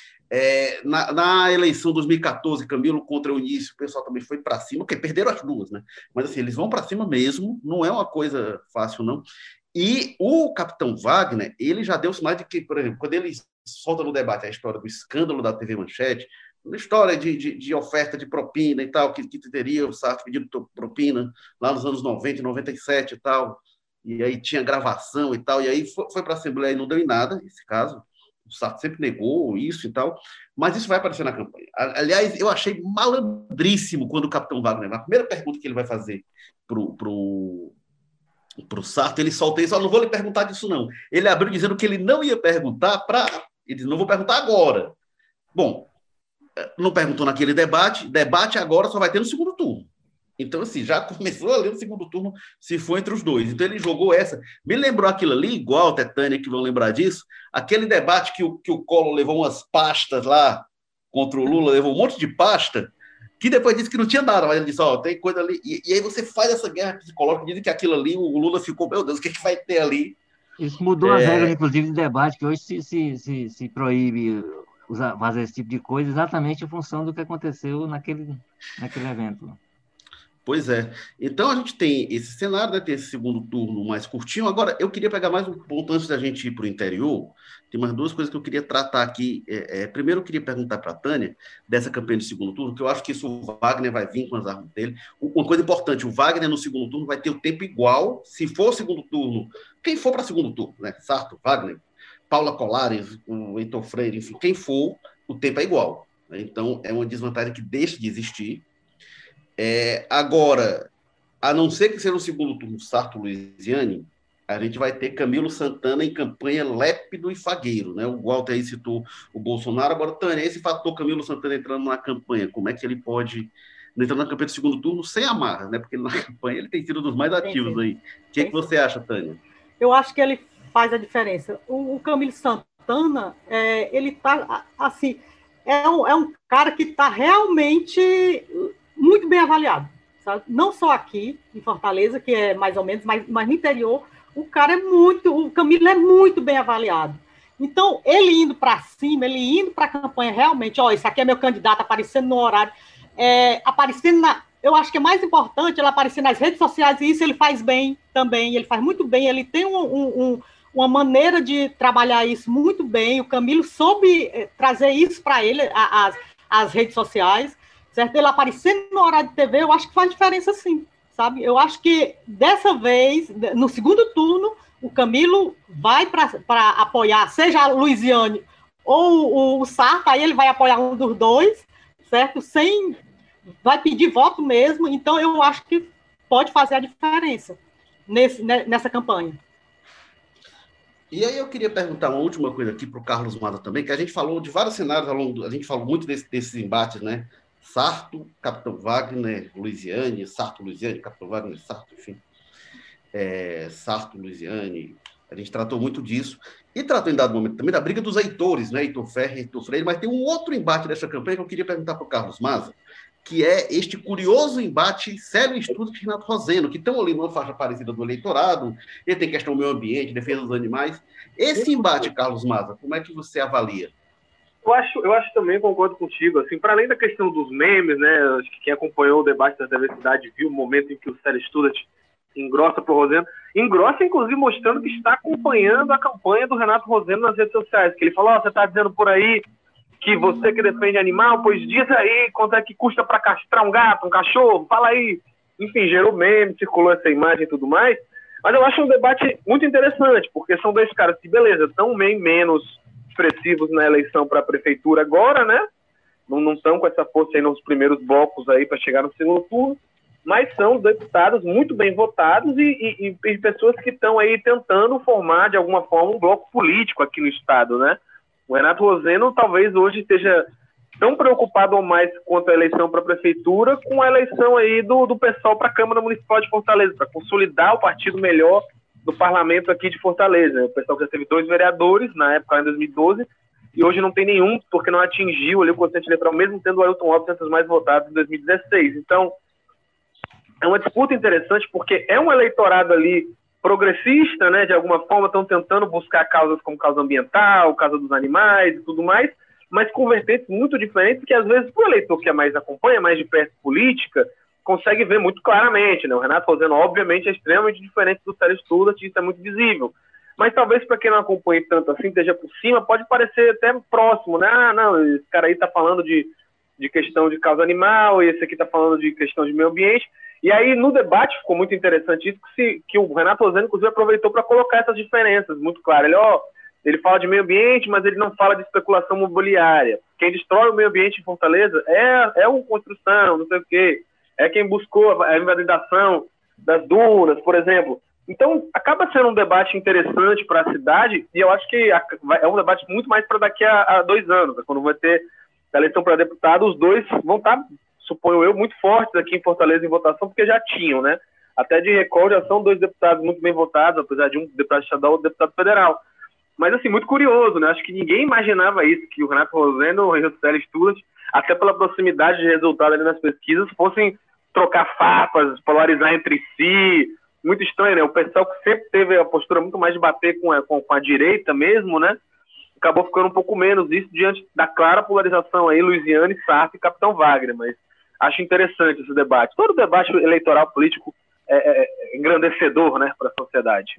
Na eleição de 2014, Camilo contra o Eunício, o pessoal também foi para cima, porque perderam as duas, né? Mas assim, eles vão para cima mesmo, não é uma coisa fácil, não. E o Capitão Wagner, ele já deu sinais de que, por exemplo, quando ele solta no debate a história do escândalo da TV Manchete, uma história de oferta de propina e tal, que teria o Sarto pedindo propina lá nos anos 90 e 97 e tal, e aí tinha gravação e tal, e aí foi para a Assembleia e não deu em nada, esse caso, o Sarto sempre negou isso e tal, mas isso vai aparecer na campanha. Aliás, eu achei malandríssimo quando o Capitão Wagner, na primeira pergunta que ele vai fazer pro Sarto, ele solta isso, não vou lhe perguntar disso não. Ele abriu dizendo que ele não ia perguntar ele disse, não vou perguntar agora. Bom, não perguntou naquele debate agora só vai ter no segundo turno. Então, assim, já começou ali no segundo turno, se for entre os dois. Então, ele jogou essa. Me lembrou aquilo ali, igual a Tânia, que vão lembrar disso, aquele debate que o Collor levou umas pastas lá contra o Lula, levou um monte de pasta, que depois disse que não tinha nada, mas ele disse, tem coisa ali. E aí você faz essa guerra psicológica, dizem que aquilo ali, o Lula ficou, meu Deus, o que vai ter ali? Isso mudou as regras, inclusive, de debate, que hoje se proíbe fazer esse tipo de coisa exatamente em função do que aconteceu naquele evento. Pois é. Então a gente tem esse cenário, né? Tem esse segundo turno mais curtinho. Agora, eu queria pegar mais um ponto antes da gente ir para o interior. Tem mais duas coisas que eu queria tratar aqui. Primeiro, eu queria perguntar para a Tânia, dessa campanha de segundo turno, que eu acho que isso o Wagner vai vir com as armas dele. Uma coisa importante, o Wagner no segundo turno vai ter o tempo igual, se for segundo turno, quem for para segundo turno, né? Sarto, Wagner, Paula Colares, o Heitor Freire, enfim, quem for, o tempo é igual. Então, é uma desvantagem que deixa de existir. Agora, a não ser que seja no segundo turno Sarto Luiziane, a gente vai ter Camilo Santana em campanha lépido e fagueiro, né? O Walter aí citou o Bolsonaro. Agora, Tânia, esse fator Camilo Santana entrando na campanha, como é que ele pode entrar na campanha do segundo turno sem amarras, né? Porque na campanha ele tem sido um dos mais ativos aí. O que você acha, Tânia? Eu acho que ele faz a diferença. O Camilo Santana, ele tá, assim, é um cara que está realmente muito bem avaliado, sabe? Não só aqui em Fortaleza, que é mais ou menos, mas no interior, o Camilo é muito bem avaliado. Então, ele indo para cima, ele indo para a campanha, realmente, isso aqui é meu candidato, aparecendo no horário, eu acho que é mais importante ele aparecer nas redes sociais, e isso ele faz bem também, ele faz muito bem, ele tem uma maneira de trabalhar isso muito bem, o Camilo soube trazer isso para ele, as redes sociais, certo? Ele aparecendo no horário de TV, eu acho que faz diferença sim, sabe? Eu acho que dessa vez, no segundo turno, o Camilo vai para apoiar, seja a Luiziane ou o Sarto, aí ele vai apoiar um dos dois, certo? Vai pedir voto mesmo, então eu acho que pode fazer a diferença nessa campanha. E aí eu queria perguntar uma última coisa aqui para o Carlos Maza também, que a gente falou de vários cenários a gente falou muito desses embates, né? Sarto, Capitão Wagner, Luiziane, Sarto, Luiziane, Capitão Wagner, Sarto, enfim. Sarto, Luiziane, a gente tratou muito disso. E tratou em dado momento também da briga dos Heitores, né? Heitor Ferrer, Heitor Freire, mas tem um outro embate dessa campanha que eu queria perguntar para o Carlos Maza, que é este curioso embate Célio Studer e Renato Roseno, que estão ali numa faixa parecida do eleitorado, e tem questão do meio ambiente, defesa dos animais. Esse embate, Carlos Maza, como é que você avalia? Eu acho também, concordo contigo, assim, para além da questão dos memes, né, acho que quem acompanhou o debate da diversidade viu o momento em que o Célio Studer engrossa para o Roseno, engrossa inclusive mostrando que está acompanhando a campanha do Renato Roseno nas redes sociais, que ele falou, você está dizendo por aí que você que defende animal, pois diz aí quanto é que custa para castrar um gato, um cachorro, fala aí. Enfim, gerou meme, circulou essa imagem e tudo mais, mas eu acho um debate muito interessante, porque são dois caras que, beleza, estão bem menos expressivos na eleição para a prefeitura agora, né? Não estão com essa força aí nos primeiros blocos aí para chegar no segundo turno, mas são deputados muito bem votados e pessoas que estão aí tentando formar, de alguma forma, um bloco político aqui no estado, né? O Renato Roseno talvez hoje esteja tão preocupado ou mais quanto a eleição para a prefeitura com a eleição aí do pessoal para a Câmara Municipal de Fortaleza, para consolidar o partido melhor do parlamento aqui de Fortaleza. O pessoal já teve 2 vereadores, na época, em 2012, e hoje não tem nenhum, porque não atingiu ali o quociente eleitoral, mesmo tendo o Ailton Lopes entre os mais votados em 2016. Então, é uma disputa interessante, porque é um eleitorado ali progressista, né, de alguma forma, estão tentando buscar causas como causa ambiental, causa dos animais e tudo mais, mas com vertentes muito diferentes que, às vezes, para o eleitor que mais acompanha, mais de perto política, consegue ver muito claramente, né? O Renato Roseno, obviamente, é extremamente diferente do Célio Studer, isso é muito visível. Mas talvez para quem não acompanhe tanto assim, esteja por cima, pode parecer até próximo, né? Ah, não, esse cara aí está falando de questão de causa animal, e esse aqui está falando de questão de meio ambiente. E aí, no debate, ficou muito interessante isso, que o Renato Roseno, inclusive, aproveitou para colocar essas diferenças muito claras. Ele fala de meio ambiente, mas ele não fala de especulação imobiliária. Quem destrói o meio ambiente em Fortaleza é uma construção, não sei o quê. É quem buscou a invalidação das dunas, por exemplo. Então, acaba sendo um debate interessante para a cidade, e eu acho que é um debate muito mais para daqui a 2 anos, né, quando vai ter a eleição para deputado, os dois vão estar, suponho eu, muito fortes aqui em Fortaleza em votação, porque já tinham, né? Até de recorde, já são 2 deputados muito bem votados, apesar de um deputado estadual e outro deputado federal. Mas, assim, muito curioso, né? Acho que ninguém imaginava isso, que o Renato Roseno e o Célio Studer, até pela proximidade de resultado ali nas pesquisas, fossem trocar farpas, polarizar entre si. Muito estranho, né? O pessoal que sempre teve a postura muito mais de bater com a direita mesmo, né? acabou ficando um pouco menos isso diante da clara polarização aí, Luiziane, Sarto e Capitão Wagner, mas acho interessante esse debate. Todo debate eleitoral político é engrandecedor, né, para a sociedade.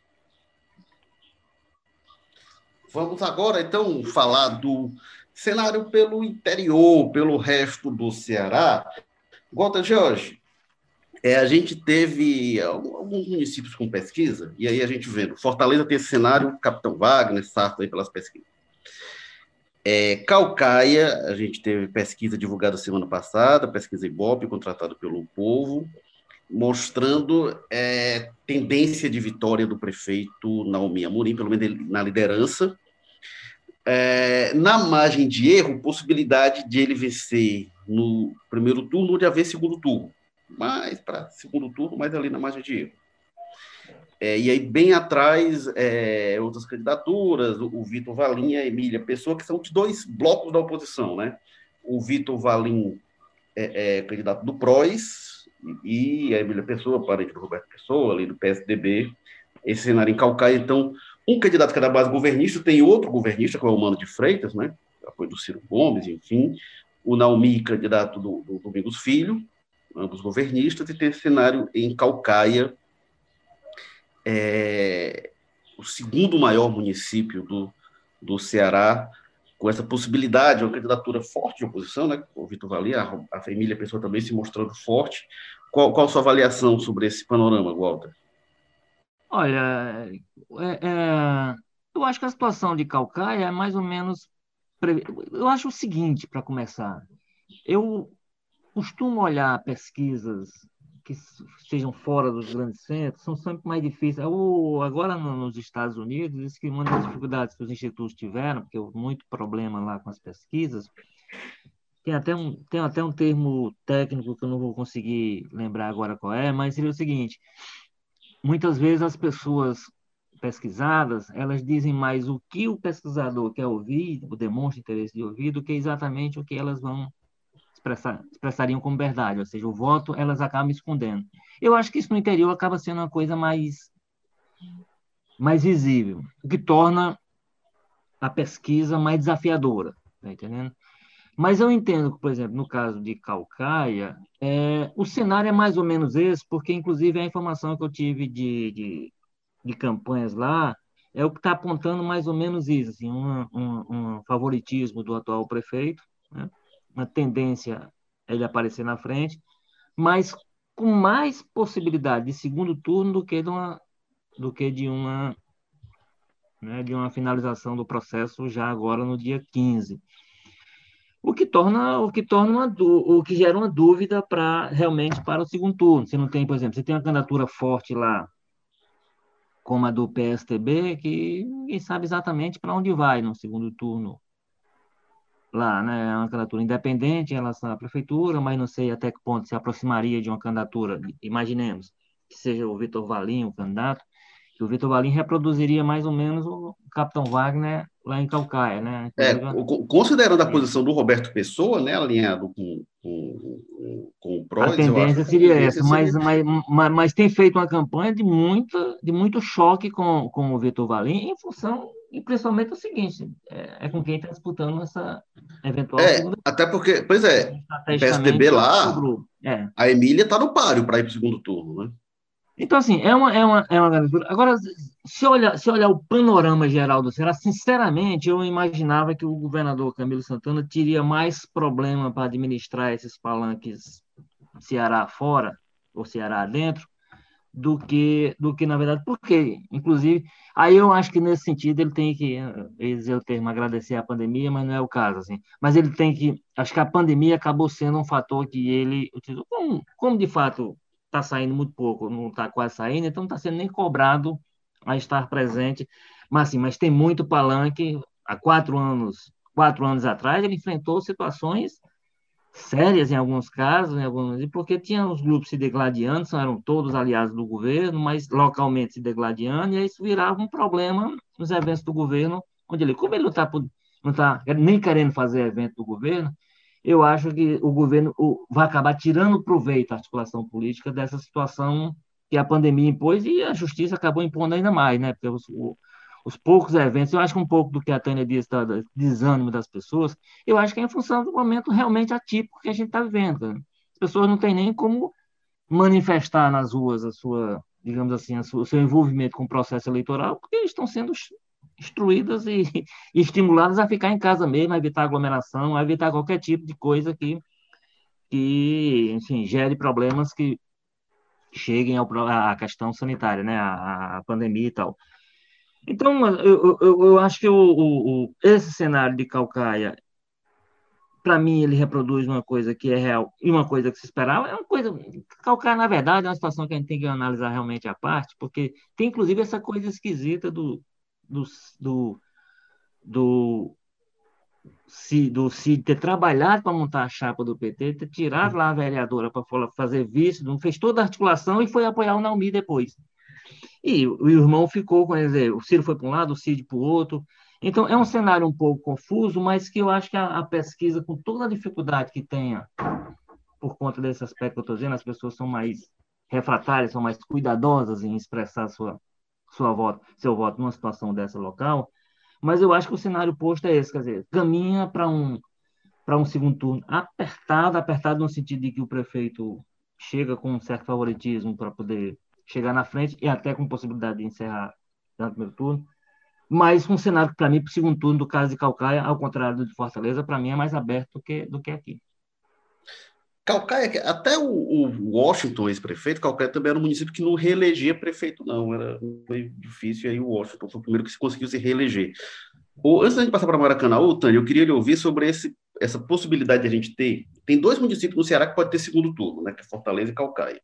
Vamos agora, então, falar do cenário pelo interior, pelo resto do Ceará. Walter Jorge, a gente teve alguns municípios com pesquisa, e aí a gente vendo, Fortaleza tem esse cenário, Capitão Wagner, Sarto aí pelas pesquisas. Caucaia, a gente teve pesquisa divulgada semana passada, pesquisa Ibope, contratada pelo Povo, mostrando tendência de vitória do prefeito Naomi Amorim, pelo menos na liderança. Na margem de erro, possibilidade de ele vencer no primeiro turno ou de haver segundo turno. Mais para segundo turno, mais ali na margem de erro. E aí, bem atrás, outras candidaturas, o Vitor Valim e a Emília Pessoa, que são os dois blocos da oposição, né? O Vitor Valim é candidato do PROS, e a Emília Pessoa, parente do Roberto Pessoa, ali do PSDB, esse cenário em Caucaia. Então, um candidato que é da base governista, tem outro governista, que é o Mano de Freitas, né? Apoio do Ciro Gomes, enfim. O Naomi, candidato do Domingos Filho, ambos governistas, e tem esse cenário em Caucaia, o segundo maior município do Ceará, com essa possibilidade, uma candidatura forte de oposição, né? O Vitor Valim, a Emília Pessoa também se mostrando forte. Qual a sua avaliação sobre esse panorama, Walter? Olha, eu acho que a situação de Caucaia é mais ou menos... Eu acho o seguinte, para começar, eu costumo olhar pesquisas que estejam fora dos grandes centros, são sempre mais difíceis. Agora, nos Estados Unidos, diz que uma das dificuldades que os institutos tiveram, porque houve muito problema lá com as pesquisas, tem até um termo técnico que eu não vou conseguir lembrar agora qual é, mas seria o seguinte: muitas vezes as pessoas pesquisadas, elas dizem mais o que o pesquisador quer ouvir, ou demonstra interesse de ouvir, do que exatamente o que elas vão expressariam como verdade, ou seja, o voto elas acabam escondendo. Eu acho que isso no interior acaba sendo uma coisa mais visível, o que torna a pesquisa mais desafiadora, tá entendendo? Mas eu entendo que, por exemplo, no caso de Caucaia, o cenário é mais ou menos esse, porque, inclusive, a informação que eu tive de campanhas lá é o que está apontando mais ou menos isso, assim, um favoritismo do atual prefeito, né? Uma tendência a ele aparecer na frente, mas com mais possibilidade de segundo turno do que de uma finalização do processo já agora no dia 15. O que gera uma dúvida realmente para o segundo turno. Você não tem, por exemplo, você tem uma candidatura forte lá, como a do PSTB, que ninguém sabe exatamente para onde vai no segundo turno lá, né? É uma candidatura independente em relação à prefeitura, mas não sei até que ponto se aproximaria de uma candidatura, imaginemos, que seja o Vitor Valim o candidato, que o Vitor Valim reproduziria mais ou menos o Capitão Wagner lá em Caucaia, né? Considerando a posição do Roberto Pessoa, né, alinhado com o PROS, a tendência seria essa, mas tem feito uma campanha de muito choque com o Vitor Valim, em função, e principalmente o seguinte, com quem está disputando essa eventual segunda. Até porque, pois o PSDB lá, a Emília está no páreo para ir para o segundo turno, né? Então, assim, é uma candidatura. Agora, se olhar o panorama geral do Ceará, sinceramente, eu imaginava que o governador Camilo Santana teria mais problema para administrar esses palanques Ceará fora, ou Ceará dentro, do que na verdade, porque, inclusive, aí eu acho que nesse sentido ele tem que, dizer o termo, agradecer a pandemia, mas não é o caso, assim, mas ele tem que, acho que a pandemia acabou sendo um fator que ele utilizou, como de fato está saindo muito pouco, não está quase saindo, então não está sendo nem cobrado a estar presente, mas tem muito palanque. Há 4 anos atrás, ele enfrentou situações sérias em alguns casos, porque tinha os grupos se degladiando, eram todos aliados do governo, mas localmente se degladiando, e aí isso virava um problema nos eventos do governo, onde como ele não está nem querendo fazer evento do governo, eu acho que o governo vai acabar tirando proveito da articulação política dessa situação que a pandemia impôs, e a justiça acabou impondo ainda mais, né? Porque o os poucos eventos, eu acho que um pouco do que a Tânia disse, do desânimo das pessoas, eu acho que é em função do momento realmente atípico que a gente está vivendo. Cara. As pessoas não têm nem como manifestar nas ruas a sua, digamos assim, o seu envolvimento com o processo eleitoral, porque eles estão sendo instruídas e estimuladas a ficar em casa mesmo, a evitar aglomeração, a evitar qualquer tipo de coisa que enfim, gere problemas que cheguem à questão sanitária, né, a pandemia e tal. Então, eu acho que esse cenário de Caucaia, para mim, ele reproduz uma coisa que é real e uma coisa que se esperava. É uma coisa. Calcar, na verdade, é uma situação que a gente tem que analisar realmente à parte, porque tem, inclusive, essa coisa esquisita do, do, do, do Cid ter trabalhado para montar a chapa do PT, ter tirado lá a vereadora para fazer vice, não fez toda a articulação e foi apoiar o Naumi depois. E o irmão ficou, quer dizer, o Ciro foi para um lado, o Cid para o outro. Então, é um cenário um pouco confuso, mas que eu acho que a pesquisa, com toda a dificuldade que tenha, por conta desse aspecto que eu estou dizendo, as pessoas são mais refratárias, são mais cuidadosas em expressar seu voto numa situação dessa local, mas eu acho que o cenário posto é esse, quer dizer, caminha para um segundo turno apertado no sentido de que o prefeito chega com um certo favoritismo para poder chegar na frente e até com possibilidade de encerrar no primeiro turno, mas um cenário que, para mim, para o segundo turno do caso de Caucaia, ao contrário do de Fortaleza, para mim é mais aberto do que aqui. Caucaia, até o Washington, ex-prefeito, Caucaia também era um município que não reelegia prefeito, não. Era meio difícil, e aí o Washington foi o primeiro que conseguiu se reeleger. Antes da gente passar para Maracanã, Tânia, eu queria lhe ouvir sobre essa possibilidade de a gente ter... Tem 2 municípios no Ceará que pode ter segundo turno, né, que é Fortaleza e Caucaia.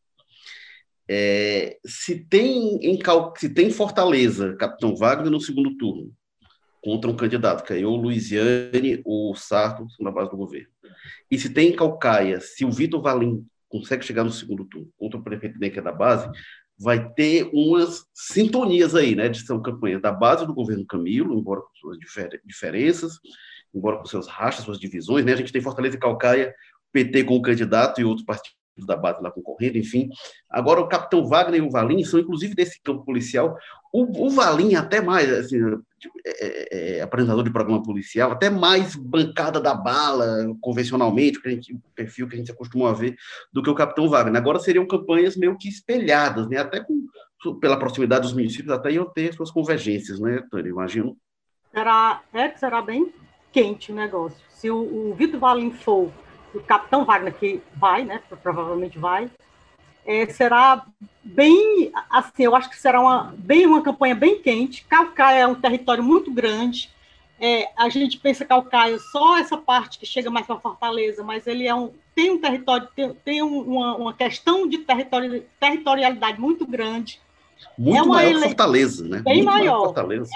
Se tem Fortaleza, Capitão Wagner no segundo turno, contra um candidato, que é o Luiziane ou o Sarto, na base do governo. E se tem Caucaia, se o Vitor Valim consegue chegar no segundo turno contra o prefeito que é da base, vai ter umas sintonias aí, né, de são campanhas da base do governo Camilo, embora com suas diferenças, embora com seus rachas, suas divisões, né, a gente tem Fortaleza e Caucaia, PT com o candidato e outros partidos da base lá concorrendo, enfim. Agora, o Capitão Wagner e o Valim são, inclusive, desse campo policial. O Valim, até mais, assim, apresentador de programa policial, até mais bancada da bala, convencionalmente, o perfil que a gente se acostumou a ver, do que o Capitão Wagner. Agora seriam campanhas meio que espelhadas, né? Até pela proximidade dos municípios, até iam ter suas convergências, né, Tânia? Imagino. Será bem quente o negócio. Se o Vitor Valim for o Capitão Wagner, que vai, né, provavelmente vai, será bem, assim, eu acho que será uma campanha bem quente. Caucaia é um território muito grande, a gente pensa Caucaia só essa parte que chega mais para Fortaleza, mas ele tem um território, tem uma questão de territorialidade muito grande. Muito maior que Fortaleza, né? Bem muito maior. Fortaleza.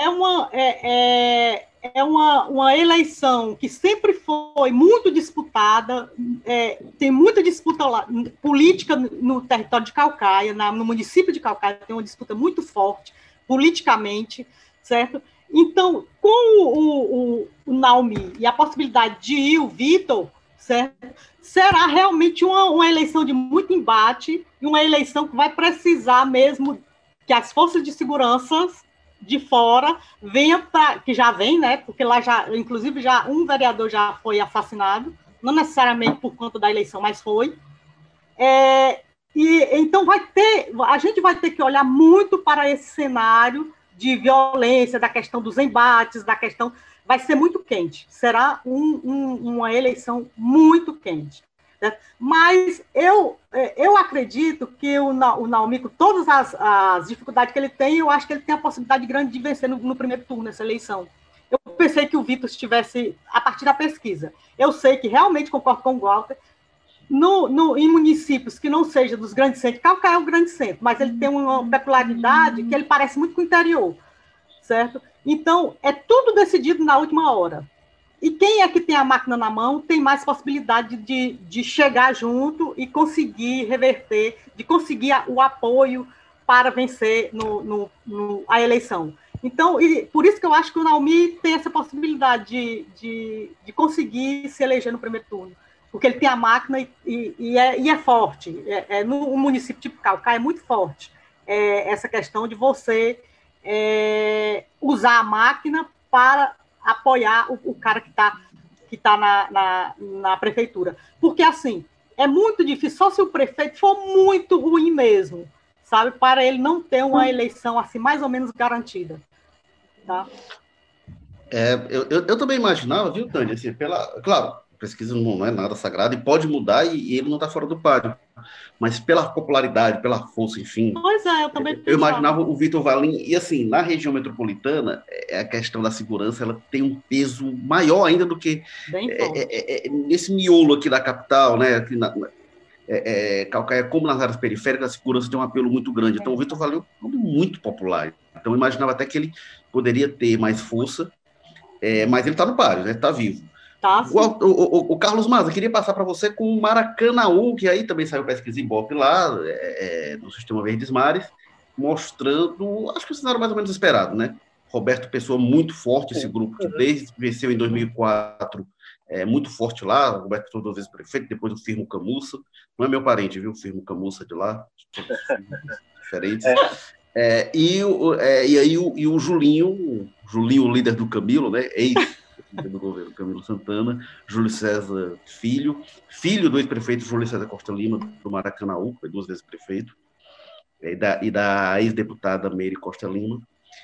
É uma eleição que sempre foi muito disputada, tem muita disputa lá, política no território de Caucaia, no município de Caucaia tem uma disputa muito forte, politicamente, certo? Então, com o Naumi e a possibilidade de ir o Vitor, certo? Será realmente uma eleição de muito embate e uma eleição que vai precisar mesmo que as forças de segurança de fora venham que já vem, né? Porque lá inclusive, um vereador já foi assassinado, não necessariamente por conta da eleição, mas foi. E então a gente vai ter que olhar muito para esse cenário de violência, da questão dos embates, vai ser muito quente. Será uma eleição muito quente. Né? Mas eu acredito que o Naumi, com todas as dificuldades que ele tem, eu acho que ele tem a possibilidade grande de vencer no primeiro turno nessa eleição. Eu pensei que o Vitor estivesse, a partir da pesquisa, eu sei que realmente concordo com o Walter, em municípios que não sejam dos grandes centros, Caucaia é um grande centro, mas ele tem uma peculiaridade que ele parece muito com o interior, certo? Então, é tudo decidido na última hora. E quem é que tem a máquina na mão tem mais possibilidade de chegar junto e conseguir reverter, de conseguir o apoio para vencer a eleição. Então, por isso que eu acho que o Naumi tem essa possibilidade de conseguir se eleger no primeiro turno, porque ele tem a máquina e é forte. No município tipo Caucaia é muito forte essa questão de você usar a máquina para apoiar o cara que tá na prefeitura. Porque, assim, é muito difícil, só se o prefeito for muito ruim mesmo, sabe? Para ele não ter uma eleição, assim, mais ou menos garantida. Tá? Eu também imaginava, viu, Tânia, assim, claro, a pesquisa não é nada sagrada e pode mudar e ele não está fora do páreo, mas pela popularidade, pela força, enfim. Pois é, eu também Eu imaginava o Vitor Valim, e assim, na região metropolitana, a questão da segurança, ela tem um peso maior ainda do que nesse miolo aqui da capital, né, aqui Calcaia, como nas áreas periféricas, a segurança tem um apelo muito grande. Então, o Vitor Valim é um nome muito popular. Então, eu imaginava até que ele poderia ter mais força, mas ele está no páreo, né? Está vivo. Tá, o Carlos Maza, queria passar para você com o Maracanaú, que aí também saiu pesquisa Ibope lá, no Sistema Verdes Mares, mostrando, acho que o cenário mais ou menos esperado, né? Roberto Pessoa muito forte, esse grupo que desde que venceu em 2004, muito forte lá, o Roberto Pessoa 2 vezes prefeito, depois o Firmo Camussa, não é meu parente, viu? O Firmo Camussa de lá, diferentes. E aí o Julinho, o líder do Camilo, né? Do governo Camilo Santana, Júlio César Filho do ex-prefeito Júlio César Costa Lima, do Maracanaú, foi 2 vezes prefeito, e da ex-deputada Meire Costa Lima.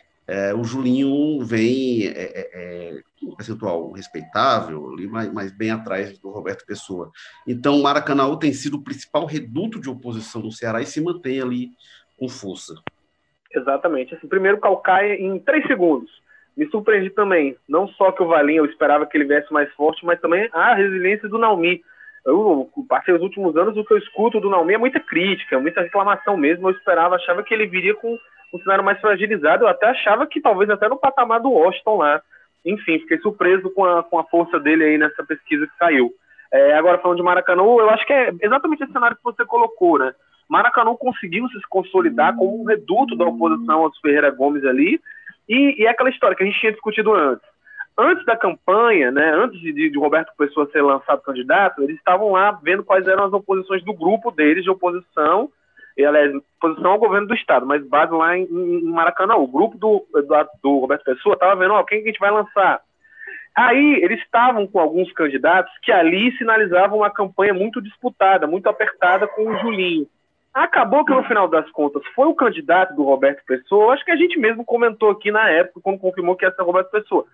O Julinho vem com um percentual respeitável, ali, mas bem atrás do Roberto Pessoa. Então, o Maracanaú tem sido o principal reduto de oposição no Ceará e se mantém ali com força. Exatamente. Assim, primeiro, Calcaia em 3 segundos. Me surpreendi também, não só que o Valim, eu esperava que ele viesse mais forte, mas também a resiliência do Naumi. Eu passei os últimos anos, o que eu escuto do Naumi é muita crítica, muita reclamação mesmo. Eu achava que ele viria com um cenário mais fragilizado, eu até achava que talvez até no patamar do Washington lá. Enfim, fiquei surpreso com a força dele aí nessa pesquisa que saiu. Agora, falando de Maracanaú, eu acho que é exatamente esse cenário que você colocou, né? Maracanaú conseguiu se consolidar como um reduto da oposição aos Ferreira Gomes ali, e é aquela história que a gente tinha discutido antes. Antes da campanha, né, antes de Roberto Pessoa ser lançado candidato, eles estavam lá vendo quais eram as oposições do grupo deles de oposição, e, aliás, oposição ao governo do Estado, mas base lá em Maracanã. O grupo do Roberto Pessoa estava vendo, quem que a gente vai lançar? Aí eles estavam com alguns candidatos que ali sinalizavam uma campanha muito disputada, muito apertada com o Julinho. Acabou que, no final das contas, foi o candidato do Roberto Pessoa. Acho que a gente mesmo comentou aqui na época, quando confirmou que ia ser o Roberto Pessoa.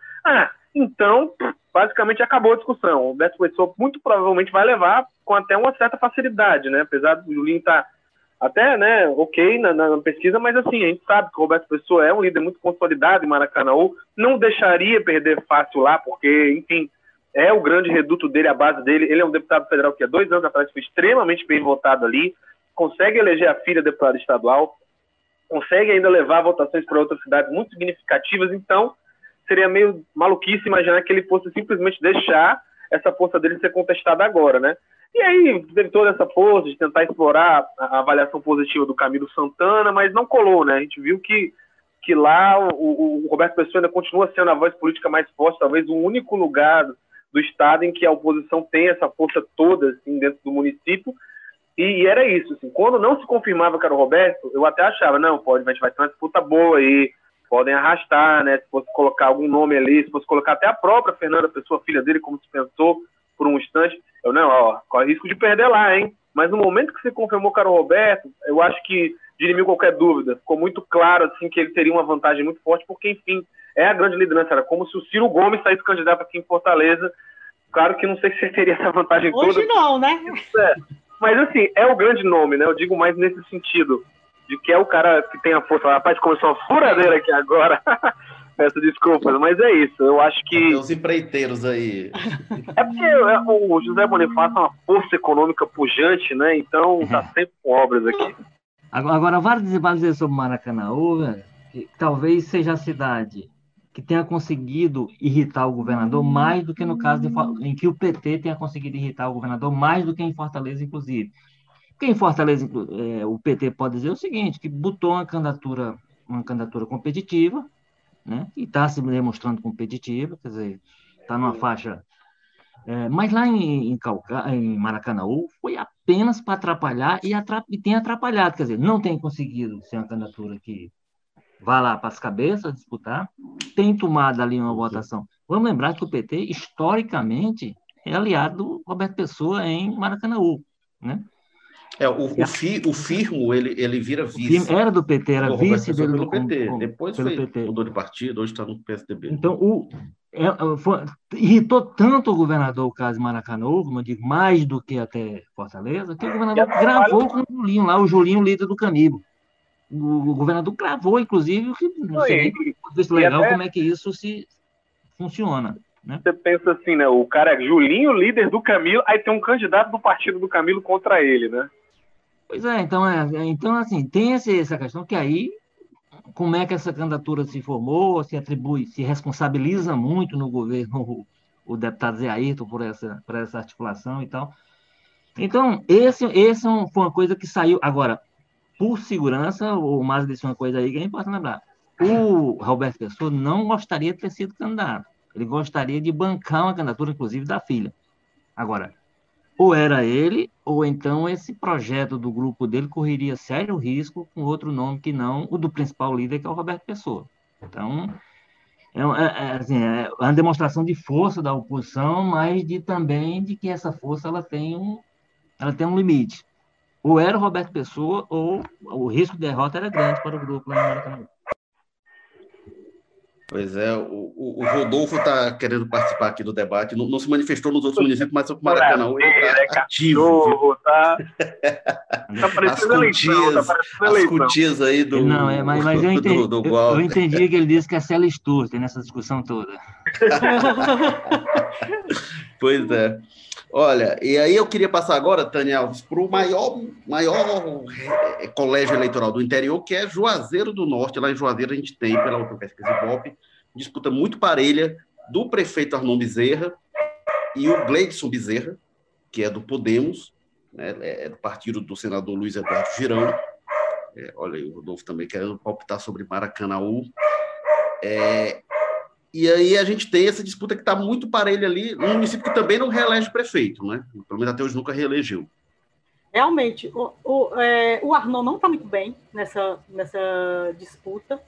Então, basicamente acabou a discussão. O Roberto Pessoa muito provavelmente vai levar com até uma certa facilidade, né? Apesar do Julinho estar até, né, ok na pesquisa, mas assim, a gente sabe que o Roberto Pessoa é um líder muito consolidado em Maracanaú, não deixaria perder fácil lá, porque, enfim, é o grande reduto dele, a base dele. Ele é um deputado federal que há 2 anos atrás foi extremamente bem votado ali, consegue eleger a filha deputada estadual, consegue ainda levar votações para outras cidades muito significativas. Então seria meio maluquice imaginar que ele fosse simplesmente deixar essa força dele ser contestada agora, né? E aí teve toda essa força de tentar explorar a avaliação positiva do Camilo Santana, mas não colou, né? A gente viu que lá o Roberto Pessoa ainda continua sendo a voz política mais forte, talvez o único lugar do estado em que a oposição tem essa força toda, assim, dentro do município. E era isso, assim, quando não se confirmava que era o Roberto, eu até achava, a gente vai ter uma disputa boa aí, podem arrastar, né, se fosse colocar algum nome ali, se fosse colocar até a própria Fernanda Pessoa, filha dele, como se pensou por um instante, corre risco de perder lá, hein? Mas no momento que se confirmou que era o Roberto, eu acho que dirimiu qualquer dúvida, ficou muito claro, assim, que ele teria uma vantagem muito forte, porque, enfim, é a grande liderança, era como se o Ciro Gomes saísse candidato aqui em Fortaleza. Claro que não sei se teria essa vantagem toda. Hoje não, né? Mas, assim, é o grande nome, né? Eu digo mais nesse sentido, de que é o cara que tem a força. Rapaz, começou uma furadeira aqui agora. Peço desculpas, mas é isso. Eu acho que... Tem os empreiteiros aí. É porque o José Bonifácio é uma força econômica pujante, né? Então, tá sempre com obras aqui. Agora vale dizer sobre Maracanaú, que talvez seja a cidade que tenha conseguido irritar o governador mais do que no caso em que o PT tenha conseguido irritar o governador mais do que em Fortaleza, inclusive. Porque em Fortaleza, o PT pode dizer o seguinte, que botou uma candidatura competitiva, né, e está se demonstrando competitiva, quer dizer, está numa faixa... mas lá em Maracanaú foi apenas para atrapalhar e tem atrapalhado, quer dizer, não tem conseguido ser uma candidatura que vai lá para as cabeças disputar, tem tomado ali uma votação. Vamos lembrar que o PT, historicamente, é aliado do Roberto Pessoa em Maracanaú, né? O Firmo, ele vira vice. Era do PT, era vice dele pelo PT. Depois pelo PT. Mudou de partido, hoje está no PSDB. Então, irritou tanto o governador o caso de Maracanaú, como eu digo, mais do que até Fortaleza, que o governador gravou com o Julinho lá, o Julinho, líder do Camilo. O governador gravou, inclusive, que não sei nem visto legal como é que isso se funciona. Né? Você pensa assim, né? O cara é Julinho, líder do Camilo, aí tem um candidato do partido do Camilo contra ele, né? Pois é, então assim, tem essa questão que aí, como é que essa candidatura se formou, se atribui, se responsabiliza muito no governo o deputado Zé Ayrton por essa articulação e tal. Então, esse foi uma coisa que saiu. Agora, por segurança, o Márcio disse uma coisa aí que é importante lembrar. O Roberto Pessoa não gostaria de ter sido candidato. Ele gostaria de bancar uma candidatura, inclusive, da filha. Agora, ou era ele, ou então esse projeto do grupo dele correria sério risco com outro nome que não o do principal líder, que é o Roberto Pessoa. Então, é uma demonstração de força da oposição, mas também de que essa força ela tem um limite. Ou era o Roberto Pessoa, ou o risco de derrota era grande para o grupo lá em Maracanã. Pois é, o Rodolfo está querendo participar aqui do debate, não se manifestou nos outros municípios, mas o Maracanã está ativo. Tá parecendo eleição. As cutias aí do Não, mas eu entendi, do eu entendi que ele disse que é Célia Sturten nessa discussão toda. Pois é. Olha, e aí eu queria passar agora, Tânia Alves, para o maior colégio eleitoral do interior, que é Juazeiro do Norte. Lá em Juazeiro a gente tem, pela outra pesquisa Ibope, disputa muito parelha do prefeito Arnon Bezerra e o Gleidson Bezerra, que é do Podemos, né, é do partido do senador Luiz Eduardo Girão. Olha aí o Rodolfo também querendo palpitar sobre Maracanaú. E aí a gente tem essa disputa que está muito parelha ali, um município que também não reelege prefeito, né? Pelo menos até hoje nunca reelegeu. Realmente, o Arnon não está muito bem nessa disputa.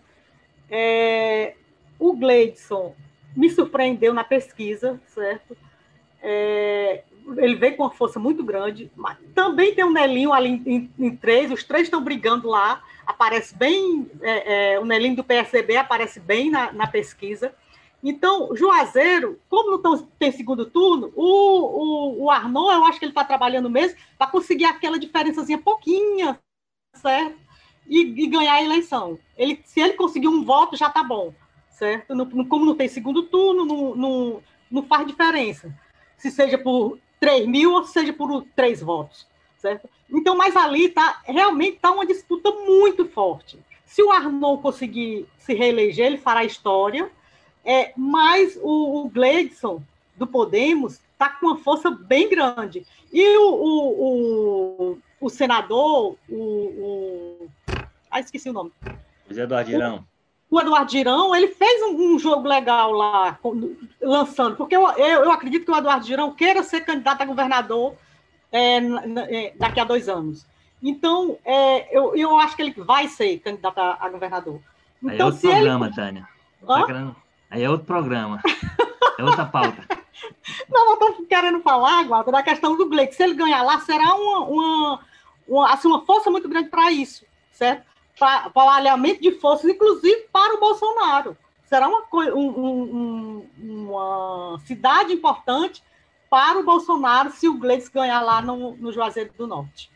O Gleidson me surpreendeu na pesquisa, certo? Ele veio com uma força muito grande, mas também tem um Nelinho ali em 3, os 3 estão brigando lá, aparece bem, o Nelinho do PSDB aparece bem na pesquisa. Então, Juazeiro, como não tem segundo turno, o Arnon, eu acho que ele está trabalhando mesmo para conseguir aquela diferençazinha pouquinha, certo? E ganhar a eleição. Se ele conseguir um voto, já está bom, certo? Como não tem segundo turno, não faz diferença. Se seja por 3 mil ou seja por 3 votos, certo? Então, mas ali realmente está uma disputa muito forte. Se o Arnon conseguir se reeleger, ele fará história. Mas o Gleidson, do Podemos, está com uma força bem grande. E o senador, esqueci o nome. José Eduardo Girão. O Eduardo Girão, ele fez um jogo legal lá, lançando, porque eu acredito que o Eduardo Girão queira ser candidato a governador daqui a 2 anos. Então, eu acho que ele vai ser candidato a governador. Então, aí é outro programa, Tânia. Aí é outro programa. É outra pauta. Não, eu estou querendo falar, Walter, da questão do Gleidson. Se ele ganhar lá, será uma força muito grande para isso, certo? Para o alinhamento de forças, inclusive para o Bolsonaro. Será uma cidade importante para o Bolsonaro se o Gleidson ganhar lá no Juazeiro do Norte.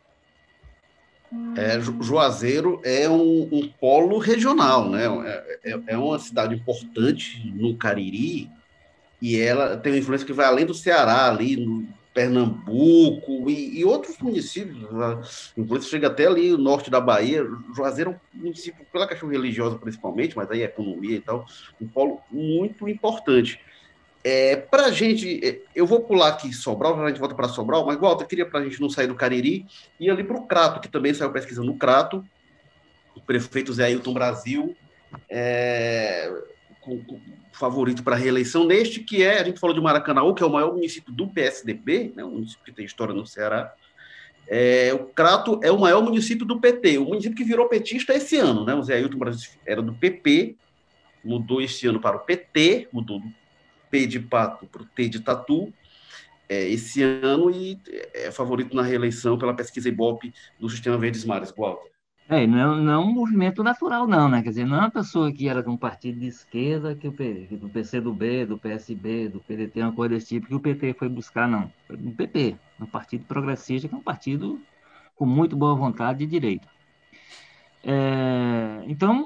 Juazeiro é um polo regional, né? É uma cidade importante no Cariri e ela tem uma influência que vai além do Ceará, ali no Pernambuco e outros municípios. A influência chega até ali no norte da Bahia. Juazeiro é um município, pela questão religiosa principalmente, mas aí economia e tal, um polo muito importante. Para a gente, eu vou pular aqui Sobral, a gente volta para Sobral, mas, Walter, eu queria para a gente não sair do Cariri e ir ali para o Crato, que também saiu pesquisa no Crato, o prefeito Zé Ayrton Brasil, com favorito para a reeleição neste, que a gente falou de Maracanaú, que é o maior município do PSDB, né, um município que tem história no Ceará, O Crato é o maior município do PT, o município que virou petista esse ano, né? O Zé Ailton Brasil era do PP, mudou este ano para o PT, mudou do P de Pato para o T de Tatu, esse ano, e é favorito na reeleição pela pesquisa Ibope do Sistema Verdes Mares, Walter. Não é um movimento natural, não, né? Quer dizer, não é uma pessoa que era de um partido de esquerda, que do PCdoB, do PSB, do PDT, uma coisa desse tipo, que o PT foi buscar, não. Foi do PP, um partido progressista, que é um partido com muito boa vontade de direita. Então,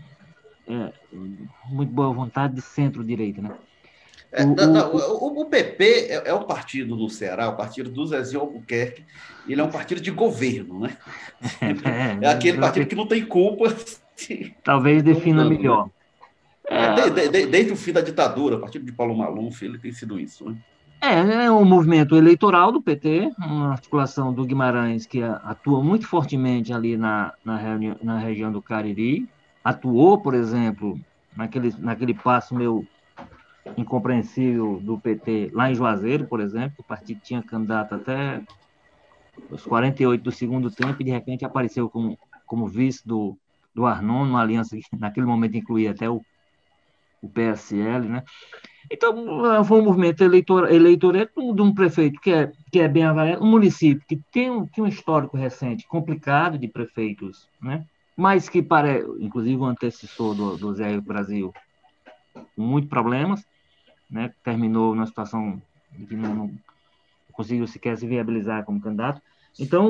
muito boa vontade de centro-direita, né? O PP é um partido no Ceará, o partido do Zezinho Albuquerque, ele é um partido de governo, né? É aquele partido que não tem culpa. Talvez defina melhor. Desde o fim da ditadura, o partido de Paulo Maluf, ele tem sido isso, né? É um movimento eleitoral do PT, uma articulação do Guimarães que atua muito fortemente ali na região do Cariri. Atuou, por exemplo, naquele passo meio incompreensível do PT lá em Juazeiro, por exemplo. O partido tinha candidato até os 48 do segundo tempo e, de repente, apareceu como vice do Arnon, numa aliança que naquele momento incluía até o PSL, né? Então, foi um movimento eleitoral de um prefeito que é bem avaliado, um município que tem um histórico recente complicado de prefeitos, né? Mas que, inclusive, o antecessor do Zé Ailton Brasil, com muitos problemas, né? Terminou numa situação que não conseguiu sequer se viabilizar como candidato. Então,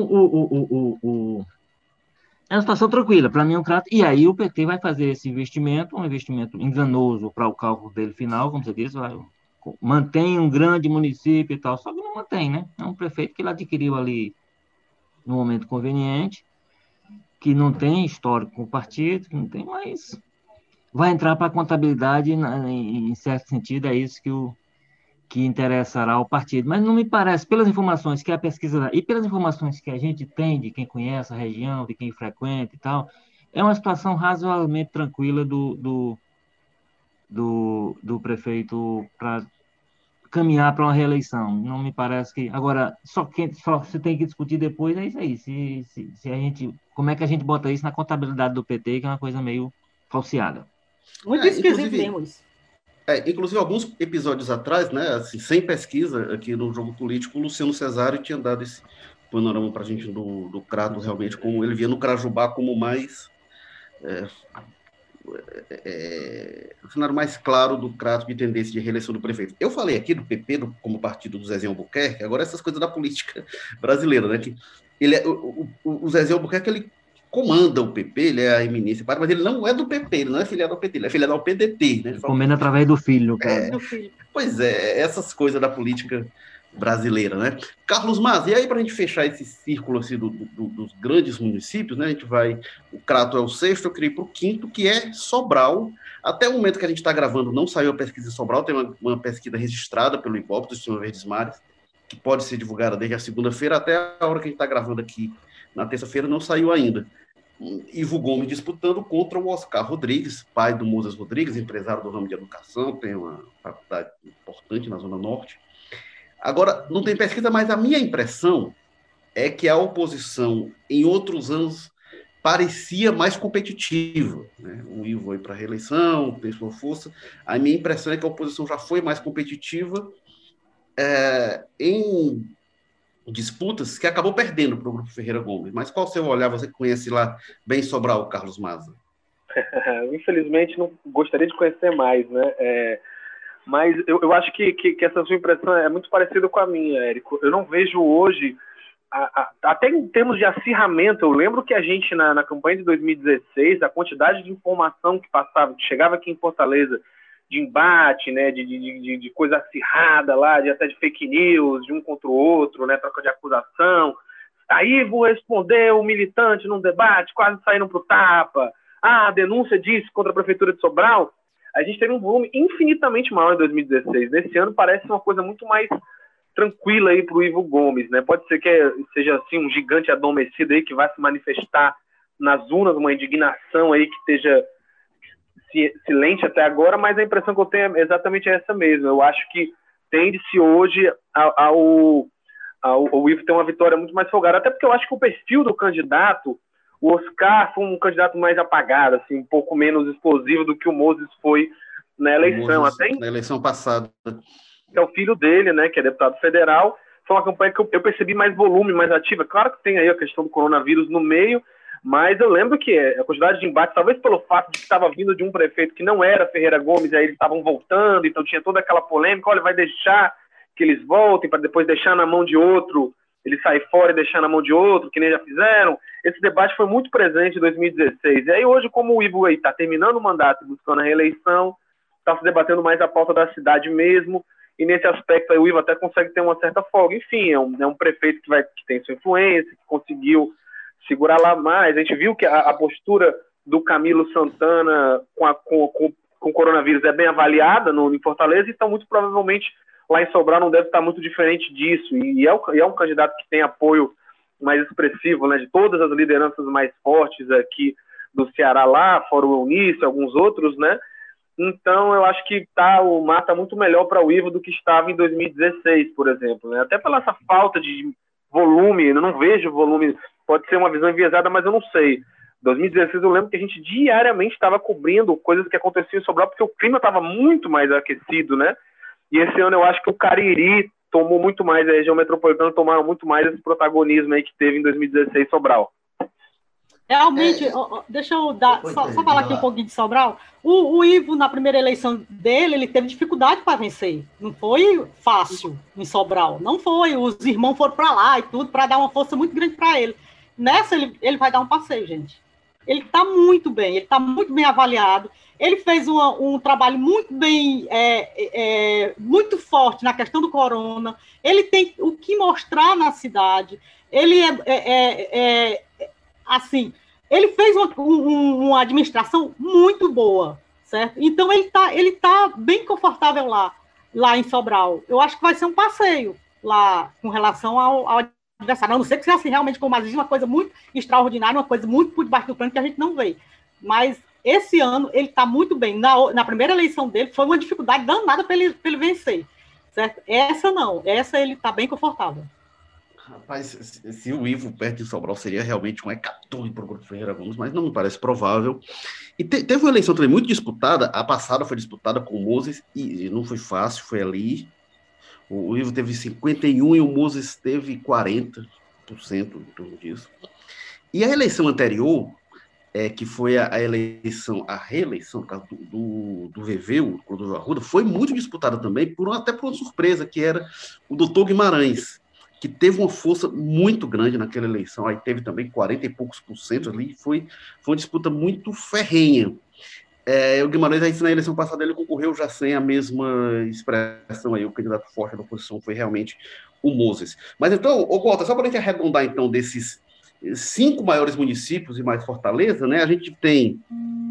é uma situação tranquila, para mim é um Crato. E aí o PT vai fazer esse investimento, um investimento enganoso para o cálculo dele final, como você disse, mantém um grande município e tal, só que não mantém, né? É um prefeito que ele adquiriu ali no momento conveniente, que não tem histórico com o partido, que não tem, mas vai entrar para a contabilidade, em certo sentido, é isso que interessará ao partido. Mas não me parece, pelas informações que a pesquisa dá, e pelas informações que a gente tem de quem conhece a região, de quem frequenta e tal, é uma situação razoavelmente tranquila do prefeito para caminhar para uma reeleição. Não me parece que... Agora, só se tem que discutir depois é isso aí. Se a gente... Como é que a gente bota isso na contabilidade do PT, que é uma coisa meio falseada. Muito esquisito mesmo isso. Inclusive, alguns episódios atrás, né, assim, sem pesquisa, aqui no Jogo Político, o Luciano Cesário tinha dado esse panorama para a gente do Crato, realmente, como ele via no Crajubá como mais... o cenário mais claro do Crato de tendência de reeleição do prefeito. Eu falei aqui do PP como partido do Zezinho Albuquerque, agora essas coisas da política brasileira, né, que o Zezinho Albuquerque, ele comanda o PP, ele é a eminência, mas ele não é do PP, ele não é filiado ao PT, ele é filiado ao PDT. Né? Comenda através do filho, cara. Pois é, essas coisas da política brasileira, né? Carlos Mas, e aí para a gente fechar esse círculo assim, dos grandes municípios, né? O Crato é o sexto, eu queria ir para o quinto, que é Sobral. Até o momento que a gente está gravando, não saiu a pesquisa de Sobral, tem uma pesquisa registrada pelo Ibope, do Sistema Verdes Mares, que pode ser divulgada desde a segunda-feira até a hora que a gente está gravando aqui, na terça-feira, não saiu ainda. Ivo Gomes disputando contra o Oscar Rodrigues, pai do Mozas Rodrigues, empresário do ramo de educação, tem uma faculdade importante na Zona Norte. Agora, não tem pesquisa, mas a minha impressão é que a oposição, em outros anos, parecia mais competitiva. Né? O Ivo foi para a reeleição, tem sua força. A minha impressão é que a oposição já foi mais competitiva em disputas que acabou perdendo para o Grupo Ferreira Gomes. Mas qual o seu olhar? Você que conhece lá bem Sobral, Carlos Maza? Infelizmente, não gostaria de conhecer mais, né? Mas eu acho que essa sua impressão é muito parecida com a minha, Érico. Eu não vejo hoje, até em termos de acirramento, eu lembro que a gente, na campanha de 2016, a quantidade de informação que passava, que chegava aqui em Fortaleza, de embate, né, de coisa acirrada lá, até de fake news, de um contra o outro, né, troca de acusação. Aí vou responder o militante num debate, quase saíram para o tapa. A denúncia disso contra a Prefeitura de Sobral. A gente teve um volume infinitamente maior em 2016. Nesse ano parece uma coisa muito mais tranquila aí para o Ivo Gomes, né? Pode ser que seja assim um gigante adormecido aí que vai se manifestar nas urnas, uma indignação aí que esteja silente até agora, mas a impressão que eu tenho é exatamente essa mesmo. Eu acho que tende-se hoje o Ivo tem uma vitória muito mais folgada, até porque eu acho que o perfil do candidato, o Oscar foi um candidato mais apagado, assim, um pouco menos explosivo do que o Moses foi na eleição. Na eleição passada. Que é o filho dele, né, que é deputado federal. Foi uma campanha que eu percebi mais volume, mais ativa. Claro que tem aí a questão do coronavírus no meio, mas eu lembro que a quantidade de embates, talvez pelo fato de que estava vindo de um prefeito que não era Ferreira Gomes, e aí eles estavam voltando, então tinha toda aquela polêmica, olha, vai deixar que eles voltem para depois deixar na mão de outro, ele sair fora e deixar na mão de outro, que nem já fizeram. Esse debate foi muito presente em 2016. E aí hoje, como o Ivo está terminando o mandato e buscando a reeleição, está se debatendo mais a pauta da cidade mesmo, e nesse aspecto aí o Ivo até consegue ter uma certa folga. Enfim, é um prefeito que tem sua influência, que conseguiu segurar lá mais. A gente viu que a postura do Camilo Santana com o coronavírus é bem avaliada em Fortaleza, então muito provavelmente lá em Sobral não deve estar muito diferente disso. E é um candidato que tem apoio mais expressivo, né, de todas as lideranças mais fortes aqui do Ceará lá, fora o Eunício, alguns outros, né? Então, eu acho que o mar está muito melhor para o Ivo do que estava em 2016, por exemplo. Né? Até pela essa falta de volume, eu não vejo volume, pode ser uma visão enviesada, mas eu não sei. 2016 eu lembro que a gente diariamente estava cobrindo coisas que aconteciam em Sobral, porque o clima estava muito mais aquecido, né? E esse ano eu acho que o Cariri tomou muito mais, a região metropolitana tomaram muito mais esse protagonismo aí que teve em 2016 Sobral. Realmente, deixa eu só falar aqui um pouquinho de Sobral. O Ivo, na primeira eleição dele, ele teve dificuldade para vencer. Não foi fácil em Sobral. Não foi. Os irmãos foram para lá e tudo, para dar uma força muito grande para ele. Nessa, ele vai dar um passeio, gente. Ele está muito bem, ele está muito bem avaliado. Ele fez um trabalho muito bem, muito forte na questão do corona. Ele tem o que mostrar na cidade. Ele assim, ele fez uma administração muito boa, certo? Então, ele tá bem confortável lá em Sobral. Eu acho que vai ser um passeio lá com relação ao adversário. A não ser que seja assim, realmente, como a uma coisa muito extraordinária, uma coisa muito por debaixo do pano que a gente não vê. Mas esse ano ele está muito bem. Na primeira eleição dele foi uma dificuldade danada para ele vencer, certo? Essa ele está bem confortável. Rapaz, se o Ivo perto de Sobral seria realmente um hecatombe para o Grupo Ferreira Gomes, mas não me parece provável. E teve uma eleição também muito disputada, a passada foi disputada com o Moses, e não foi fácil, foi ali. O Ivo teve 51% e o Moses teve 40%, em torno disso. E a eleição anterior, que foi a reeleição do VV, o Clodoaldo Arruda, foi muito disputada também, até por uma surpresa, que era o doutor Guimarães, que teve uma força muito grande naquela eleição, aí teve também 40 e poucos % ali, foi uma disputa muito ferrenha. O Guimarães, aí, na eleição passada, ele concorreu já sem a mesma expressão aí, o candidato forte da oposição foi realmente o Moses. Mas então, Walter, só para a gente arredondar, então, desses 5 maiores municípios e mais Fortaleza, né, a gente tem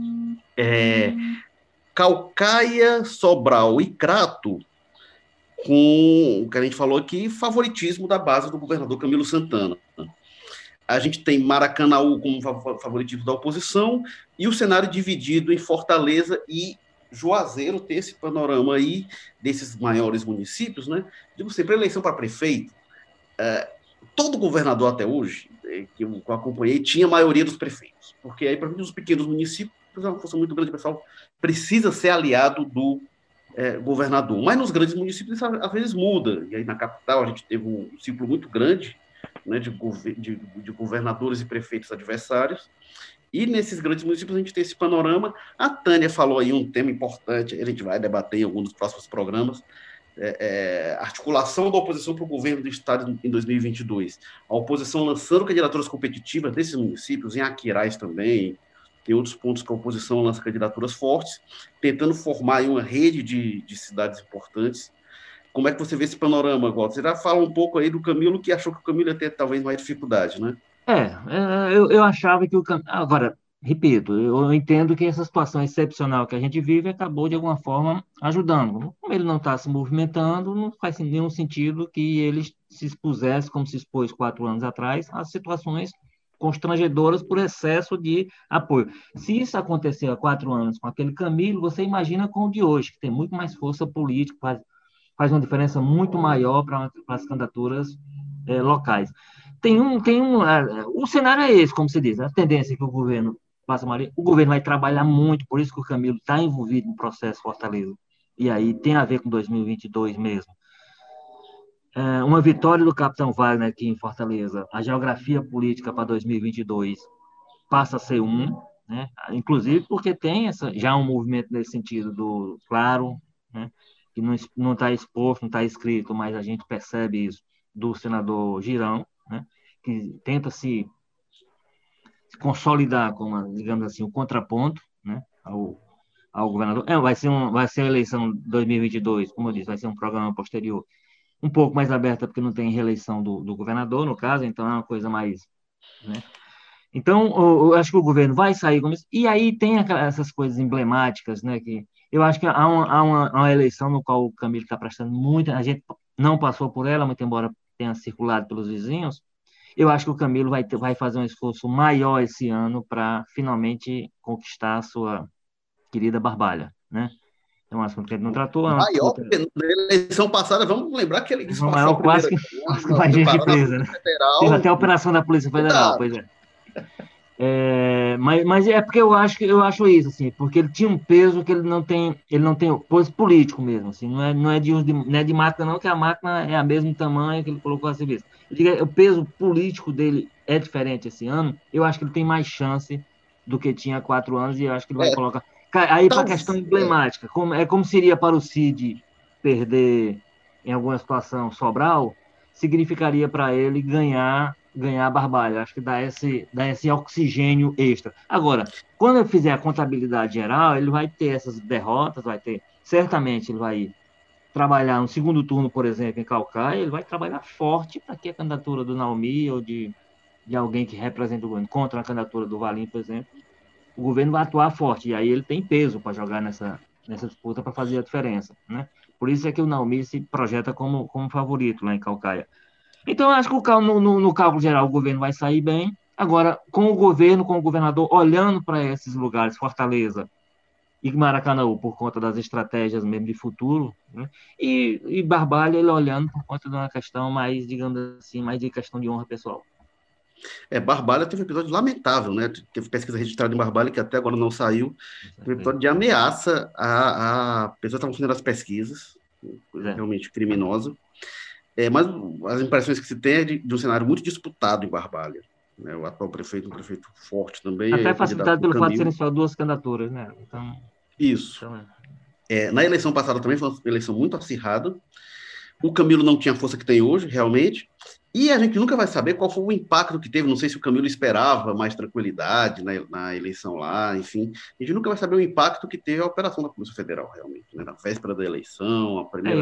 Caucaia, Sobral e Crato, com o que a gente falou aqui, favoritismo da base do governador Camilo Santana. A gente tem Maracanaú como favoritismo da oposição e o cenário dividido em Fortaleza e Juazeiro, tem esse panorama aí desses maiores municípios, né? Digo sempre, eleição para prefeito, todo governador até hoje, que eu acompanhei, tinha a maioria dos prefeitos, porque aí, para mim, os pequenos municípios, é uma força muito grande, o pessoal precisa ser aliado do governador. Mas nos grandes municípios isso às vezes muda. E aí na capital a gente teve um ciclo muito grande, né, de governadores e prefeitos adversários. E nesses grandes municípios a gente tem esse panorama. A Tânia falou aí um tema importante, a gente vai debater em algum dos próximos programas, articulação da oposição para o governo do Estado em 2022. A oposição lançando candidaturas competitivas desses municípios, em Aquiraz também, tem outros pontos que a oposição lança candidaturas fortes, tentando formar aí uma rede de cidades importantes. Como é que você vê esse panorama, Walter? Você já fala um pouco aí do Camilo, que achou que o Camilo ia ter talvez mais dificuldade, né? Eu achava que o Camilo... Agora, repito, eu entendo que essa situação excepcional que a gente vive acabou, de alguma forma, ajudando. Como ele não está se movimentando, não faz nenhum sentido que ele se expusesse, como se expôs 4 anos atrás, a situações constrangedoras por excesso de apoio. Se isso aconteceu há 4 anos com aquele Camilo, você imagina com o de hoje, que tem muito mais força política, faz uma diferença muito maior para as candidaturas locais. O cenário é esse, como se diz, a tendência é que o governo passa a maioria, o governo vai trabalhar muito, por isso que o Camilo está envolvido no processo Fortaleza. E aí tem a ver com 2022 mesmo. Uma vitória do Capitão Wagner aqui em Fortaleza, a geografia política para 2022 passa a ser né? Inclusive porque tem já um movimento nesse sentido claro, né? Que não está exposto, não está escrito, mas a gente percebe isso do senador Girão, né? Que tenta se consolidar como, digamos assim, o contraponto, né? Ao governador. Vai ser a eleição 2022, como eu disse, vai ser um programa posterior um pouco mais aberta, porque não tem reeleição do governador, no caso, então é uma coisa mais, né? Então, eu acho que o governo vai sair com isso, e aí tem essas coisas emblemáticas, né, que eu acho que há uma eleição no qual o Camilo está prestando muita, a gente não passou por ela, muito embora tenha circulado pelos vizinhos, eu acho que o Camilo vai fazer um esforço maior esse ano para finalmente conquistar a sua querida Barbalha, né? É um assunto que ele não tratou, é uma Maior, disputa. porque na eleição passada, vamos lembrar que ele Teve quis uma passar maior, o primeiro quase que vai gente parar na presa, né? Polícia Teve Federal. até a operação da Polícia Federal, Cuidado. pois é. Mas é porque eu acho isso, assim, porque ele tinha um peso que ele não tem peso político mesmo, assim, não é de máquina não, que a máquina é a mesmo tamanho que ele colocou a serviço. Eu digo, o peso político dele é diferente esse ano, eu acho que ele tem mais chance do que tinha há 4 anos, e eu acho que ele vai É, colocar... Aí, para a tal, questão emblemática, como seria para o Cid perder em alguma situação Sobral, significaria para ele ganhar a Barbalha. Acho que dá esse oxigênio extra. Agora, quando ele fizer a contabilidade geral, ele vai ter essas derrotas, certamente ele vai trabalhar no segundo turno, por exemplo, em Calcaia, ele vai trabalhar forte para que a candidatura do Naumi ou de alguém que representa o governo contra a candidatura do Valim, por exemplo, o governo vai atuar forte, e aí ele tem peso para jogar nessa disputa para fazer a diferença, né? Por isso é que o Naumi se projeta como favorito lá em Calcaia. Então, eu acho que no cálculo geral o governo vai sair bem. Agora, com o governo, com o governador olhando para esses lugares, Fortaleza e Maracanã, por conta das estratégias mesmo de futuro, né? E Barbalha, ele olhando por conta de uma questão mais, digamos assim, mais de questão de honra pessoal. Barbalha teve um episódio lamentável, né? Teve pesquisa registrada em Barbalha que até agora não saiu. Teve um episódio de ameaça a pessoas que estavam fazendo as pesquisas, coisa realmente criminosa. Mas as impressões que se tem é de um cenário muito disputado em Barbalha. Né? O atual prefeito, um prefeito forte também. Até facilitado pelo fato de serem só 2 candidaturas, né? Então, isso. Na eleição passada também foi uma eleição muito acirrada. O Camilo não tinha a força que tem hoje, realmente. E a gente nunca vai saber qual foi o impacto que teve. Não sei se o Camilo esperava mais tranquilidade na eleição lá, enfim. A gente nunca vai saber o impacto que teve a operação da Polícia Federal, realmente. Né? Na véspera da eleição, a primeira...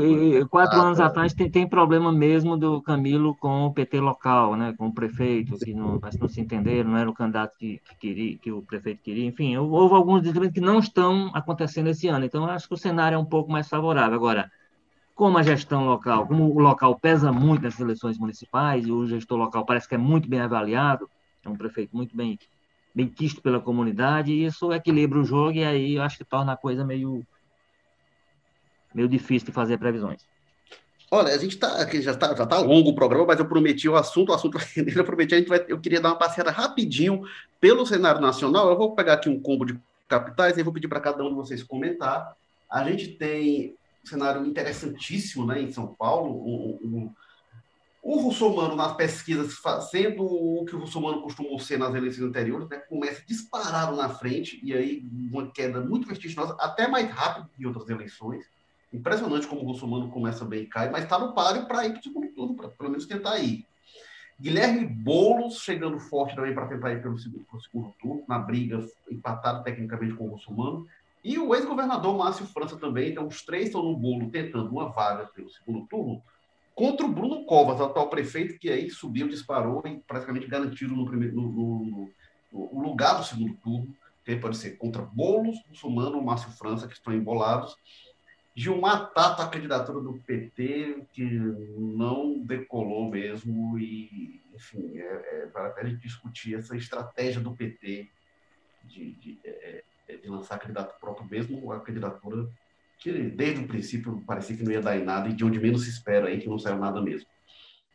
4 anos atrás tem problema mesmo do Camilo com o PT local, né? Com o prefeito, que não se entenderam, não era o candidato que o prefeito queria. Enfim, houve alguns desenvolvimentos que não estão acontecendo esse ano. Então, eu acho que o cenário é um pouco mais favorável. Agora, como a gestão local, como o local pesa muito nas eleições municipais, e o gestor local parece que é muito bem avaliado, é um prefeito muito bem quisto pela comunidade, e isso equilibra o jogo, e aí eu acho que torna a coisa meio difícil de fazer previsões. Olha, a gente já tá longo o programa, mas eu prometi o assunto eu prometi, eu queria dar uma passeada rapidinho pelo cenário nacional. Eu vou pegar aqui um combo de capitais e vou pedir para cada um de vocês comentar. A gente tem um cenário interessantíssimo, né, em São Paulo, o russomano nas pesquisas, sendo o que o russomano costumou ser nas eleições anteriores, né, começa disparado na frente, e aí uma queda muito vertiginosa, até mais rápido que em outras eleições. Impressionante como o russomano começa bem e cai, mas está no páreo para ir para o segundo turno, para pelo menos tentar ir. Guilherme Boulos chegando forte também para tentar ir pelo segundo turno, na briga, empatado tecnicamente com o russomano. E o ex-governador Márcio França também, então os três estão no bolo tentando uma vaga pelo segundo turno, contra o Bruno Covas, o atual prefeito, que aí subiu, disparou e praticamente garantiu no lugar do segundo turno, que pode ser contra Boulos, Russomano ou Márcio França, que estão embolados. Gilmar Tato, a candidatura do PT, que não decolou mesmo, e, enfim, para até a gente discutir essa estratégia do PT de lançar candidato próprio mesmo, a candidatura que desde o princípio parecia que não ia dar em nada, e de onde menos se espera aí, que não saiu nada mesmo.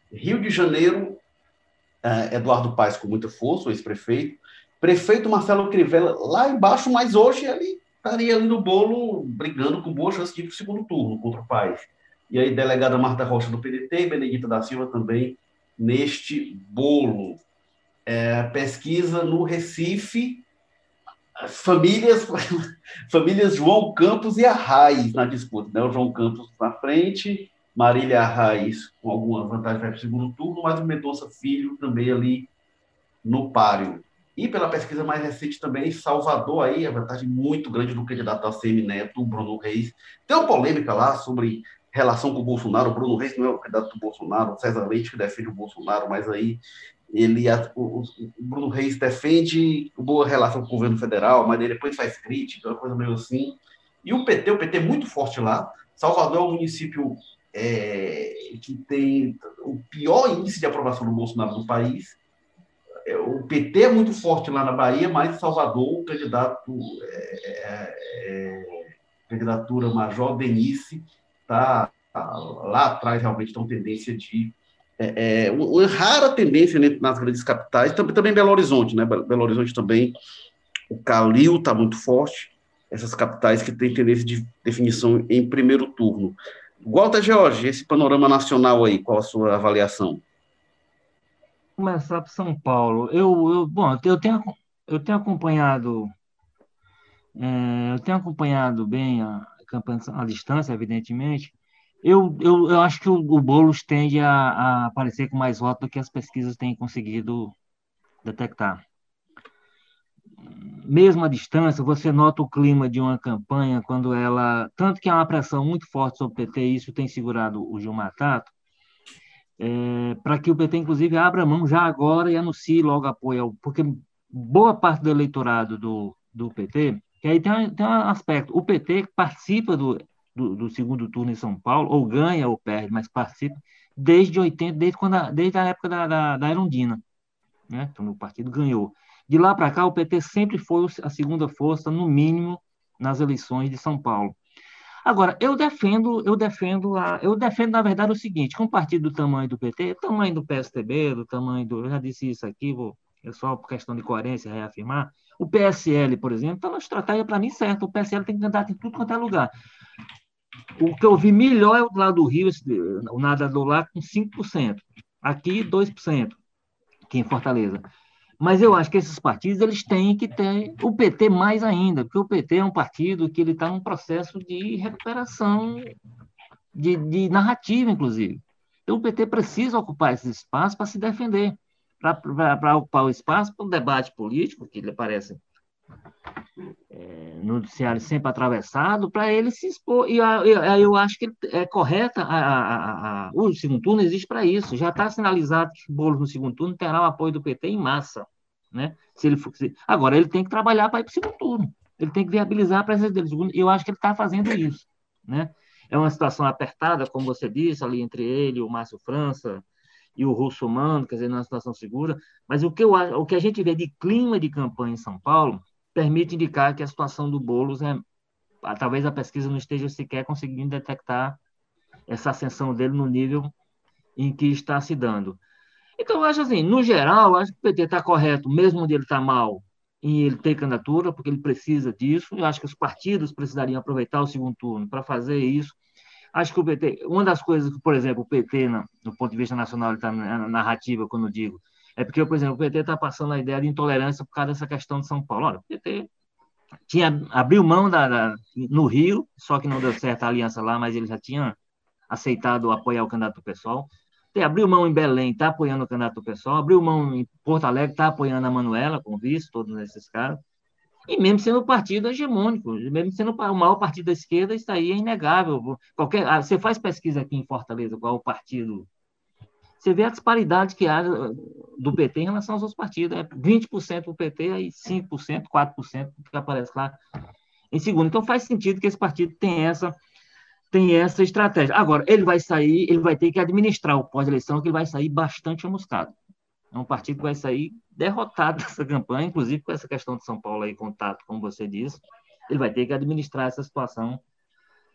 Rio de Janeiro, Eduardo Paes com muita força, o ex-prefeito. Prefeito Marcelo Crivella lá embaixo, mas hoje ele estaria ali no bolo, brigando com boa chance de ir para o segundo turno contra o Paes. E aí, delegada Marta Rocha do PDT e Benedita da Silva também neste bolo. Pesquisa no Recife, famílias João Campos e Arraes na disputa, né? O João Campos na frente, Marília Arraes com alguma vantagem para o segundo turno, mas o Mendonça Filho também ali no páreo. E pela pesquisa mais recente também, Salvador aí, a vantagem muito grande do candidato ACM Neto, o Bruno Reis. Tem uma polêmica lá sobre relação com o Bolsonaro, o Bruno Reis não é o candidato do Bolsonaro, o César Leite que defende o Bolsonaro, mas aí o Bruno Reis defende boa relação com o governo federal, mas ele depois faz crítica, uma coisa meio assim. E o PT é muito forte lá. Salvador é um município que tem o pior índice de aprovação do Bolsonaro no país. O PT é muito forte lá na Bahia, mas em Salvador, o candidatura Major Denise está lá atrás, realmente, tem uma tendência de uma rara tendência nas grandes capitais, também Belo Horizonte, né? Belo Horizonte também, o Calil está muito forte, essas capitais que têm tendência de definição em primeiro turno. Walter George, esse panorama nacional aí, qual a sua avaliação? Começar por São Paulo. Bom, eu tenho acompanhado bem a campanha à distância, evidentemente. Eu acho que o Boulos tende a aparecer com mais votos do que as pesquisas têm conseguido detectar. Mesmo à distância, você nota o clima de uma campanha quando ela... Tanto que há uma pressão muito forte sobre o PT, e isso tem segurado o Gilmar Tato, para que o PT, inclusive, abra mão já agora e anuncie logo apoio, porque boa parte do eleitorado do PT, que aí tem um aspecto, o PT participa do segundo turno em São Paulo, ou ganha ou perde, mas participa desde 80, desde a época da Erundina, né? Então, o partido ganhou. De lá para cá, o PT sempre foi a segunda força, no mínimo, nas eleições de São Paulo. Agora, eu defendo, na verdade, o seguinte, com um partido do tamanho do PT, tamanho do PSDB, eu já disse isso aqui, é só por questão de coerência reafirmar, o PSL, por exemplo, está na estratégia, para mim, certa, o PSL tem candidato em tudo quanto é lugar. O que eu vi melhor é o lado do Rio, o nadador lá com 5%, aqui 2%, aqui em Fortaleza. Mas eu acho que esses partidos eles têm que ter o PT mais ainda, porque o PT é um partido que ele está num processo de recuperação de narrativa, inclusive. Então o PT precisa ocupar esses espaços para se defender, para ocupar o espaço para o debate político, que lhe parece no noticiário sempre atravessado, para ele se expor. E eu acho que é correta, o segundo turno existe para isso. Já está sinalizado que o Boulos no segundo turno terá o apoio do PT em massa. Né? Agora, ele tem que trabalhar para ir para o segundo turno. Ele tem que viabilizar a presença dele. E eu acho que ele está fazendo isso. Né? É uma situação apertada, como você disse, ali entre ele, o Márcio França e o Russomano, quer dizer, não é uma situação segura. Mas o que a gente vê de clima de campanha em São Paulo permite indicar que a situação do Boulos talvez a pesquisa não esteja sequer conseguindo detectar essa ascensão dele no nível em que está se dando. Então, eu acho assim, no geral, eu acho que o PT está correto, mesmo onde ele está mal, em ele ter candidatura, porque ele precisa disso. Eu acho que os partidos precisariam aproveitar o segundo turno para fazer isso. Acho que o PT, uma das coisas que, por exemplo, o PT, no ponto de vista nacional, ele está na narrativa, quando eu digo, é porque, por exemplo, o PT está passando a ideia de intolerância por causa dessa questão de São Paulo. Olha, o PT abriu mão no Rio, só que não deu certo a aliança lá, mas ele já tinha aceitado apoiar o candidato do PSOL. Abriu mão em Belém, está apoiando o candidato do PSOL. Abriu mão em Porto Alegre, está apoiando a Manuela, com vice, todos esses caras. E mesmo sendo o partido hegemônico, mesmo sendo o maior partido da esquerda, isso aí é inegável. Você faz pesquisa aqui em Fortaleza, qual é o partido... Você vê a disparidade que há do PT em relação aos outros partidos. 20% do PT, aí 5%, 4% que aparece lá em segundo. Então faz sentido que esse partido tem essa estratégia. Agora, ele vai ter que administrar o pós-eleição, que ele vai sair bastante chamuscado. É um partido que vai sair derrotado dessa campanha, inclusive com essa questão de São Paulo aí, contato, como você disse. Ele vai ter que administrar essa situação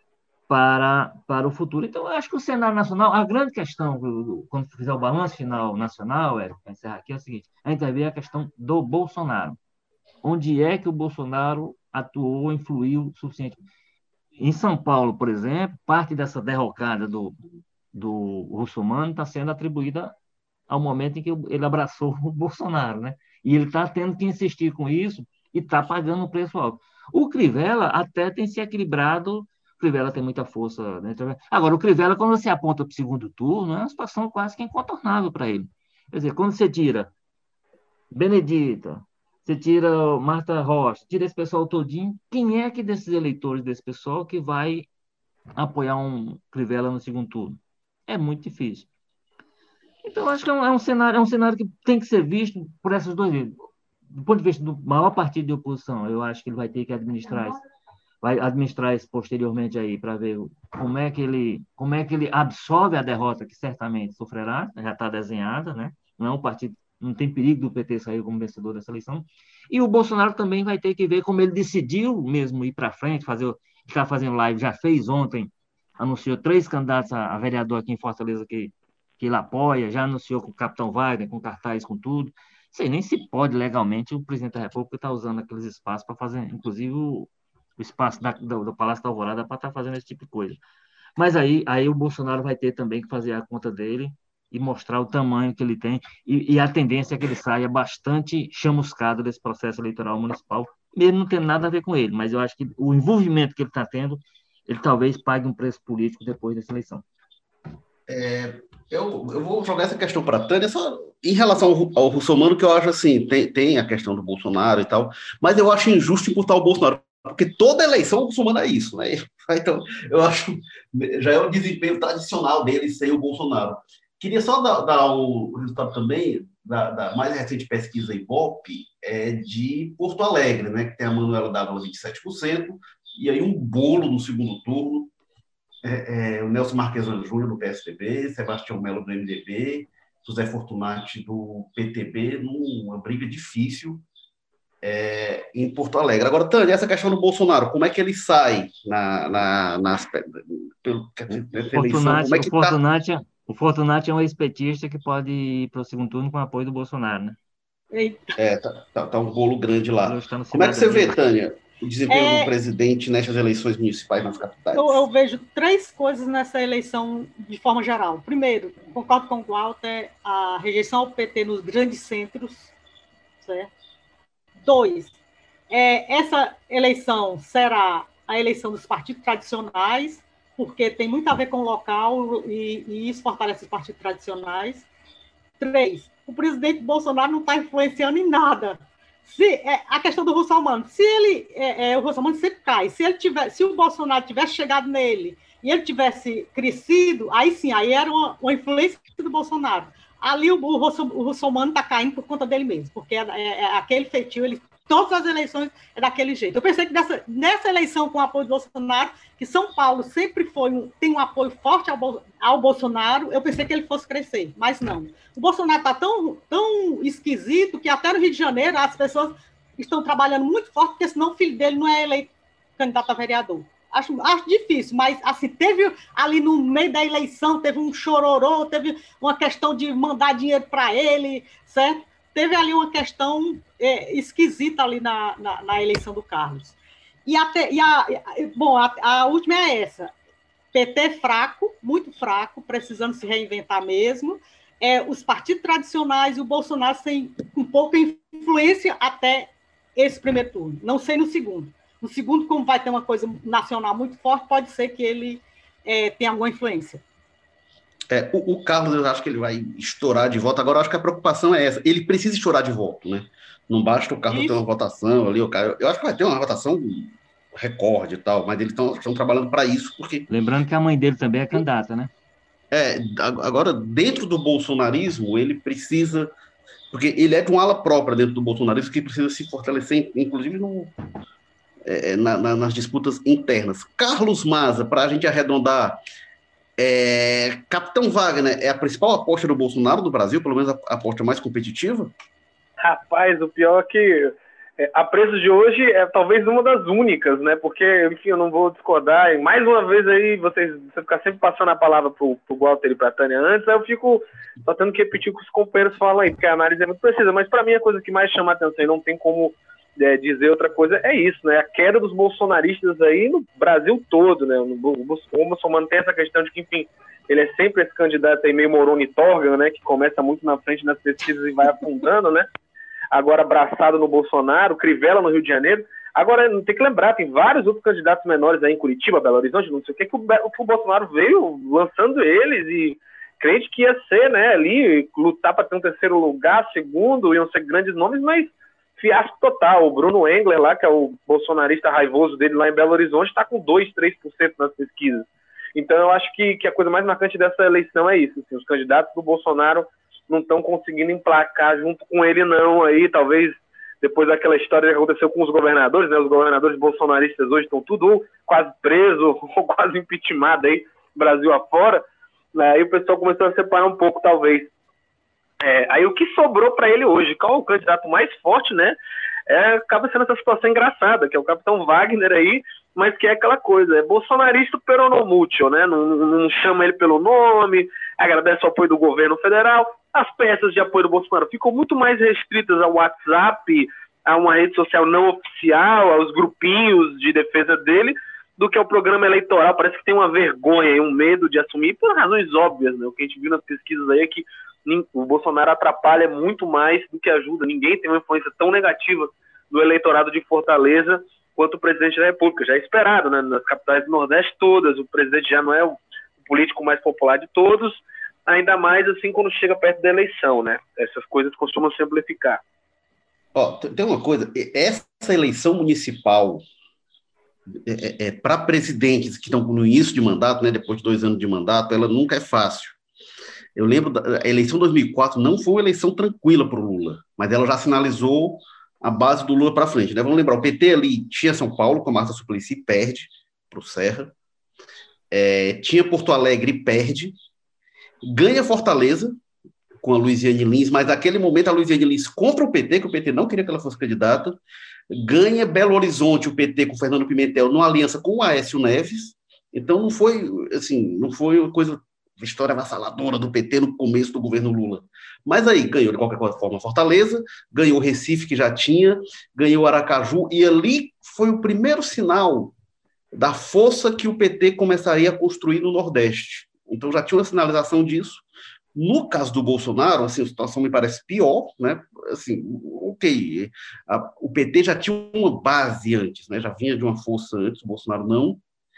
para o futuro. Então, eu acho que o cenário nacional, a grande questão, quando fizer o balanço final nacional, para encerrar aqui, é o seguinte: a gente vai ver a questão do Bolsonaro. Onde é que o Bolsonaro atuou, influiu o suficiente? Em São Paulo, por exemplo, parte dessa derrocada do Russomano está sendo atribuída ao momento em que ele abraçou o Bolsonaro, né? E ele está tendo que insistir com isso e está pagando um preço alto. O Crivella até tem se equilibrado. O Crivella tem muita força, né? Agora, o Crivella, quando você aponta para o segundo turno, é uma situação quase que incontornável para ele. Quer dizer, quando você tira Benedita, você tira Marta Rocha, tira esse pessoal todinho, quem é que desses eleitores desse pessoal que vai apoiar um Crivella no segundo turno? É muito difícil. Então, acho que é um cenário que tem que ser visto por essas duas vezes. Do ponto de vista do maior partido de oposição, eu acho que ele vai ter que administrar isso. Vai administrar isso posteriormente aí para ver como é que ele absorve a derrota que certamente sofrerá, já está desenhada, né? Não é um partido, não tem perigo do PT sair como vencedor dessa eleição. E o Bolsonaro também vai ter que ver como ele decidiu mesmo ir para frente, ficar fazendo live, já fez ontem, anunciou 3 candidatos a vereador aqui em Fortaleza que ele apoia, já anunciou com o Capitão Wagner, com cartaz, com tudo. Sei nem se pode legalmente o presidente da República estar usando aqueles espaços para fazer, inclusive o espaço do Palácio da Alvorada para estar fazendo esse tipo de coisa. Mas aí o Bolsonaro vai ter também que fazer a conta dele e mostrar o tamanho que ele tem, e a tendência é que ele saia bastante chamuscado desse processo eleitoral municipal, mesmo não tendo nada a ver com ele, mas eu acho que o envolvimento que ele está tendo, ele talvez pague um preço político depois dessa eleição. Eu vou jogar essa questão para a Tânia, só em relação ao Russomano, que eu acho assim, tem a questão do Bolsonaro e tal, mas eu acho injusto imputar o Bolsonaro, porque toda eleição o Russomano é isso, né? Então, eu acho, já é um desempenho tradicional dele sem o Bolsonaro. Queria só dar o resultado também da mais recente pesquisa Ibope, de Porto Alegre, né? Que tem a Manuela Dávila 27%, e aí um bolo no segundo turno, o Nelson Marquesan Júnior, do PSDB, Sebastião Melo, do MDB, José Fortunati, do PTB, numa briga difícil em Porto Alegre. Agora, Tânia, essa questão do Bolsonaro, como é que ele sai nessa eleição? Como é que o Fortunati é um ex-petista que pode ir para o segundo turno com o apoio do Bolsonaro, né? Tá um bolo grande lá. Como é que você vê, Tânia, o desempenho do presidente nessas eleições municipais nas capitais? Eu vejo 3 coisas nessa eleição de forma geral. Primeiro, concordo com o Walter, a rejeição ao PT nos grandes centros, certo? 2, essa eleição será a eleição dos partidos tradicionais, porque tem muito a ver com o local e isso fortalece os partidos tradicionais. 3, o presidente Bolsonaro não está influenciando em nada. A questão do Russomano, o Russomano sempre cai. Se o Bolsonaro tivesse chegado nele e ele tivesse crescido, aí sim, aí era uma influência do Bolsonaro. Ali o Russomano está caindo por conta dele mesmo, porque aquele feitio, todas as eleições é daquele jeito. Eu pensei que nessa eleição com o apoio do Bolsonaro, que São Paulo sempre tem um apoio forte ao Bolsonaro, eu pensei que ele fosse crescer, mas não. O Bolsonaro está tão esquisito que até no Rio de Janeiro as pessoas estão trabalhando muito forte, porque senão o filho dele não é eleito candidato a vereador. Acho difícil, mas assim, teve ali no meio da eleição, teve um chororô, teve uma questão de mandar dinheiro para ele, certo? Teve ali uma questão esquisita ali na eleição do Carlos. A última é essa. PT fraco, muito fraco, precisando se reinventar mesmo. Os partidos tradicionais e o Bolsonaro com pouca influência até esse primeiro turno. Não sei no segundo. No segundo, como vai ter uma coisa nacional muito forte, pode ser que ele tenha alguma influência. O Carlos, eu acho que ele vai estourar de voto. Agora, eu acho que a preocupação é essa. Ele precisa estourar de voto, né? Não basta o Carlos ter uma votação ali. Eu acho que vai ter uma votação recorde e tal, mas eles estão trabalhando para isso. Porque... Lembrando que a mãe dele também é candidata, né? Agora, dentro do bolsonarismo, ele precisa... Porque ele é de uma ala própria dentro do bolsonarismo que precisa se fortalecer, inclusive nas disputas internas. Carlos Maza, para a gente arredondar... Capitão Wagner é a principal aposta do Bolsonaro do Brasil, pelo menos a aposta mais competitiva? Rapaz, o pior é que a preço de hoje é talvez uma das únicas, né? Porque, enfim, eu não vou discordar. E mais uma vez aí, você ficar sempre passando a palavra pro Walter e pra Tânia antes, aí eu fico só tendo que repetir o que os companheiros falam aí, porque a análise é muito precisa. Mas para mim a coisa que mais chama a atenção, e não tem como dizer outra coisa, é isso, né? A queda dos bolsonaristas aí no Brasil todo, né? O Bolsonaro tem essa questão de que, enfim, ele é sempre esse candidato aí meio Moroni Torgan, né? Que começa muito na frente nas pesquisas e vai afundando, né? Agora abraçado no Bolsonaro, Crivella no Rio de Janeiro. Agora, não tem que lembrar, tem vários outros candidatos menores aí em Curitiba, Belo Horizonte, não sei o que o Bolsonaro veio lançando eles e crente que ia ser, né, ali, lutar para ter um terceiro lugar, segundo, iam ser grandes nomes, mas fiasco total. O Bruno Engler lá, que é o bolsonarista raivoso dele lá em Belo Horizonte, está com 2%, 3% nas pesquisas. Então eu acho que a coisa mais marcante dessa eleição é isso, assim, os candidatos do Bolsonaro não estão conseguindo emplacar junto com ele não, aí talvez depois daquela história que aconteceu com os governadores, né, os governadores bolsonaristas hoje estão tudo quase presos ou quase impeachment aí, Brasil afora, né, aí o pessoal começou a separar um pouco talvez. Aí o que sobrou para ele hoje, qual o candidato mais forte, né, acaba sendo essa situação engraçada, que é o capitão Wagner aí, mas que é aquela coisa, é bolsonarista peronomútil, né, não chama ele pelo nome, agradece o apoio do governo federal. As peças de apoio do Bolsonaro ficam muito mais restritas ao WhatsApp, a uma rede social não oficial, aos grupinhos de defesa dele, do que ao programa eleitoral. Parece que tem uma vergonha e um medo de assumir, por razões óbvias, né? O que a gente viu nas pesquisas aí é que o Bolsonaro atrapalha muito mais do que ajuda. Ninguém tem uma influência tão negativa do eleitorado de Fortaleza quanto o presidente da República. Já é esperado, né? Nas capitais do Nordeste todas, o presidente já não é o político mais popular de todos, ainda mais assim quando chega perto da eleição, né? Essas coisas costumam se amplificar. Tem uma coisa, essa eleição municipal para presidentes que estão no início de mandato, né, depois de 2 anos de mandato, ela nunca é fácil. Eu lembro da eleição de 2004, não foi uma eleição tranquila para o Lula, mas ela já sinalizou a base do Lula para frente, né? Vamos lembrar, o PT ali tinha São Paulo, com a Marta Suplicy, perde para o Serra, tinha Porto Alegre, perde, ganha Fortaleza com a Luiziane Lins, mas naquele momento a Luiziane Lins compra o PT, que o PT não queria que ela fosse candidata, ganha Belo Horizonte, o PT com Fernando Pimentel, numa aliança com o Aécio Neves. Então não foi uma história avassaladora do PT no começo do governo Lula. Mas aí ganhou de qualquer forma Fortaleza, ganhou Recife, que já tinha, ganhou Aracaju, e ali foi o primeiro sinal da força que o PT começaria a construir no Nordeste. Então já tinha uma sinalização disso. No caso do Bolsonaro, assim, a situação me parece pior, né? Assim, ok, o PT já tinha uma base antes, né? Já vinha de uma força antes, o Bolsonaro não.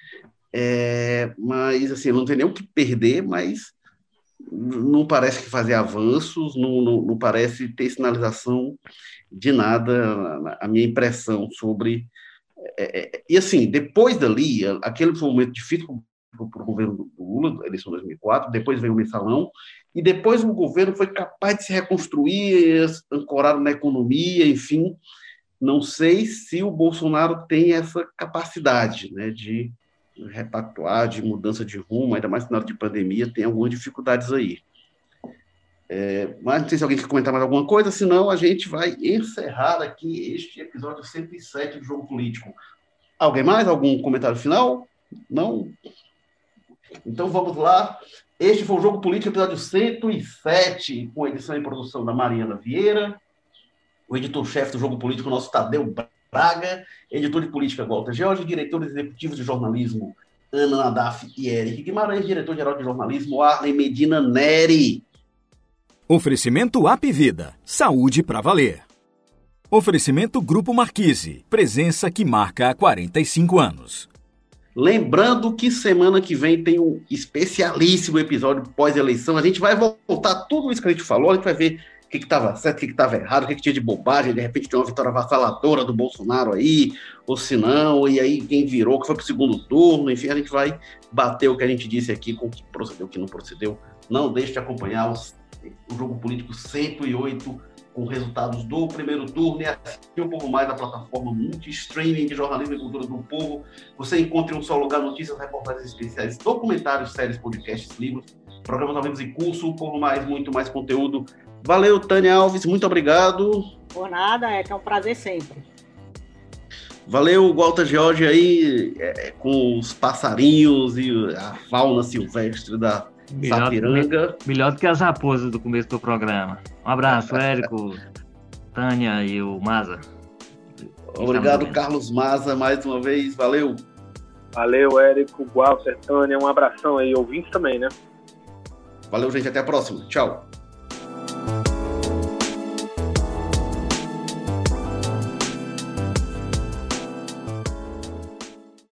Mas assim, não tem nem o que perder, mas não parece que fazer avanços, não parece ter sinalização de nada, a minha impressão sobre... E assim, depois dali, aquele foi um momento difícil para o governo do Lula, a eleição de 2004, depois veio o mensalão, e depois o governo foi capaz de se reconstruir, ancorado na economia, enfim. Não sei se o Bolsonaro tem essa capacidade, né, de repactuar, de mudança de rumo, ainda mais no final de pandemia, tem algumas dificuldades aí. Mas não sei se alguém quer comentar mais alguma coisa, senão a gente vai encerrar aqui este episódio 107 do Jogo Político. Alguém mais? Algum comentário final? Não? Então vamos lá. Este foi o Jogo Político, episódio 107, com edição e produção da Mariana Vieira, o editor-chefe do Jogo Político, nosso Tadeu Braga, editor de política Walter George, diretores executivos de jornalismo Ana Nadaf e Eric Guimarães, diretor-geral de jornalismo Arlen Medina Neri. Oferecimento Apvida, saúde para valer. Oferecimento Grupo Marquise, presença que marca há 45 anos. Lembrando que semana que vem tem um especialíssimo episódio pós-eleição. A gente vai voltar tudo isso que a gente falou, a gente vai ver o que estava certo, o que estava errado, o que tinha de bobagem, de repente tem uma vitória avassaladora do Bolsonaro aí, ou se não, e aí quem virou, que foi para o segundo turno, enfim, a gente vai bater o que a gente disse aqui, com o que procedeu, o que não procedeu. Não deixe de acompanhar o Jogo Político 108, com resultados do primeiro turno, e assim um pouco mais da plataforma multi-streaming de jornalismo e cultura do povo. Você encontra em um só lugar notícias, reportagens especiais, documentários, séries, podcasts, livros, programas ao vivo e curso, por mais, muito mais conteúdo Valeu, Tânia Alves, muito obrigado. Por nada, é um prazer sempre. Valeu, Walter George aí, com os passarinhos e a fauna silvestre da Sapiranga. Melhor do que as raposas do começo do programa. Um abraço, Érico, Tânia e o Maza. Obrigado, Carlos Maza, mais uma vez, valeu. Valeu, Érico, Walter, Tânia, um abração aí, ouvintes também, né? Valeu, gente, até a próxima, tchau.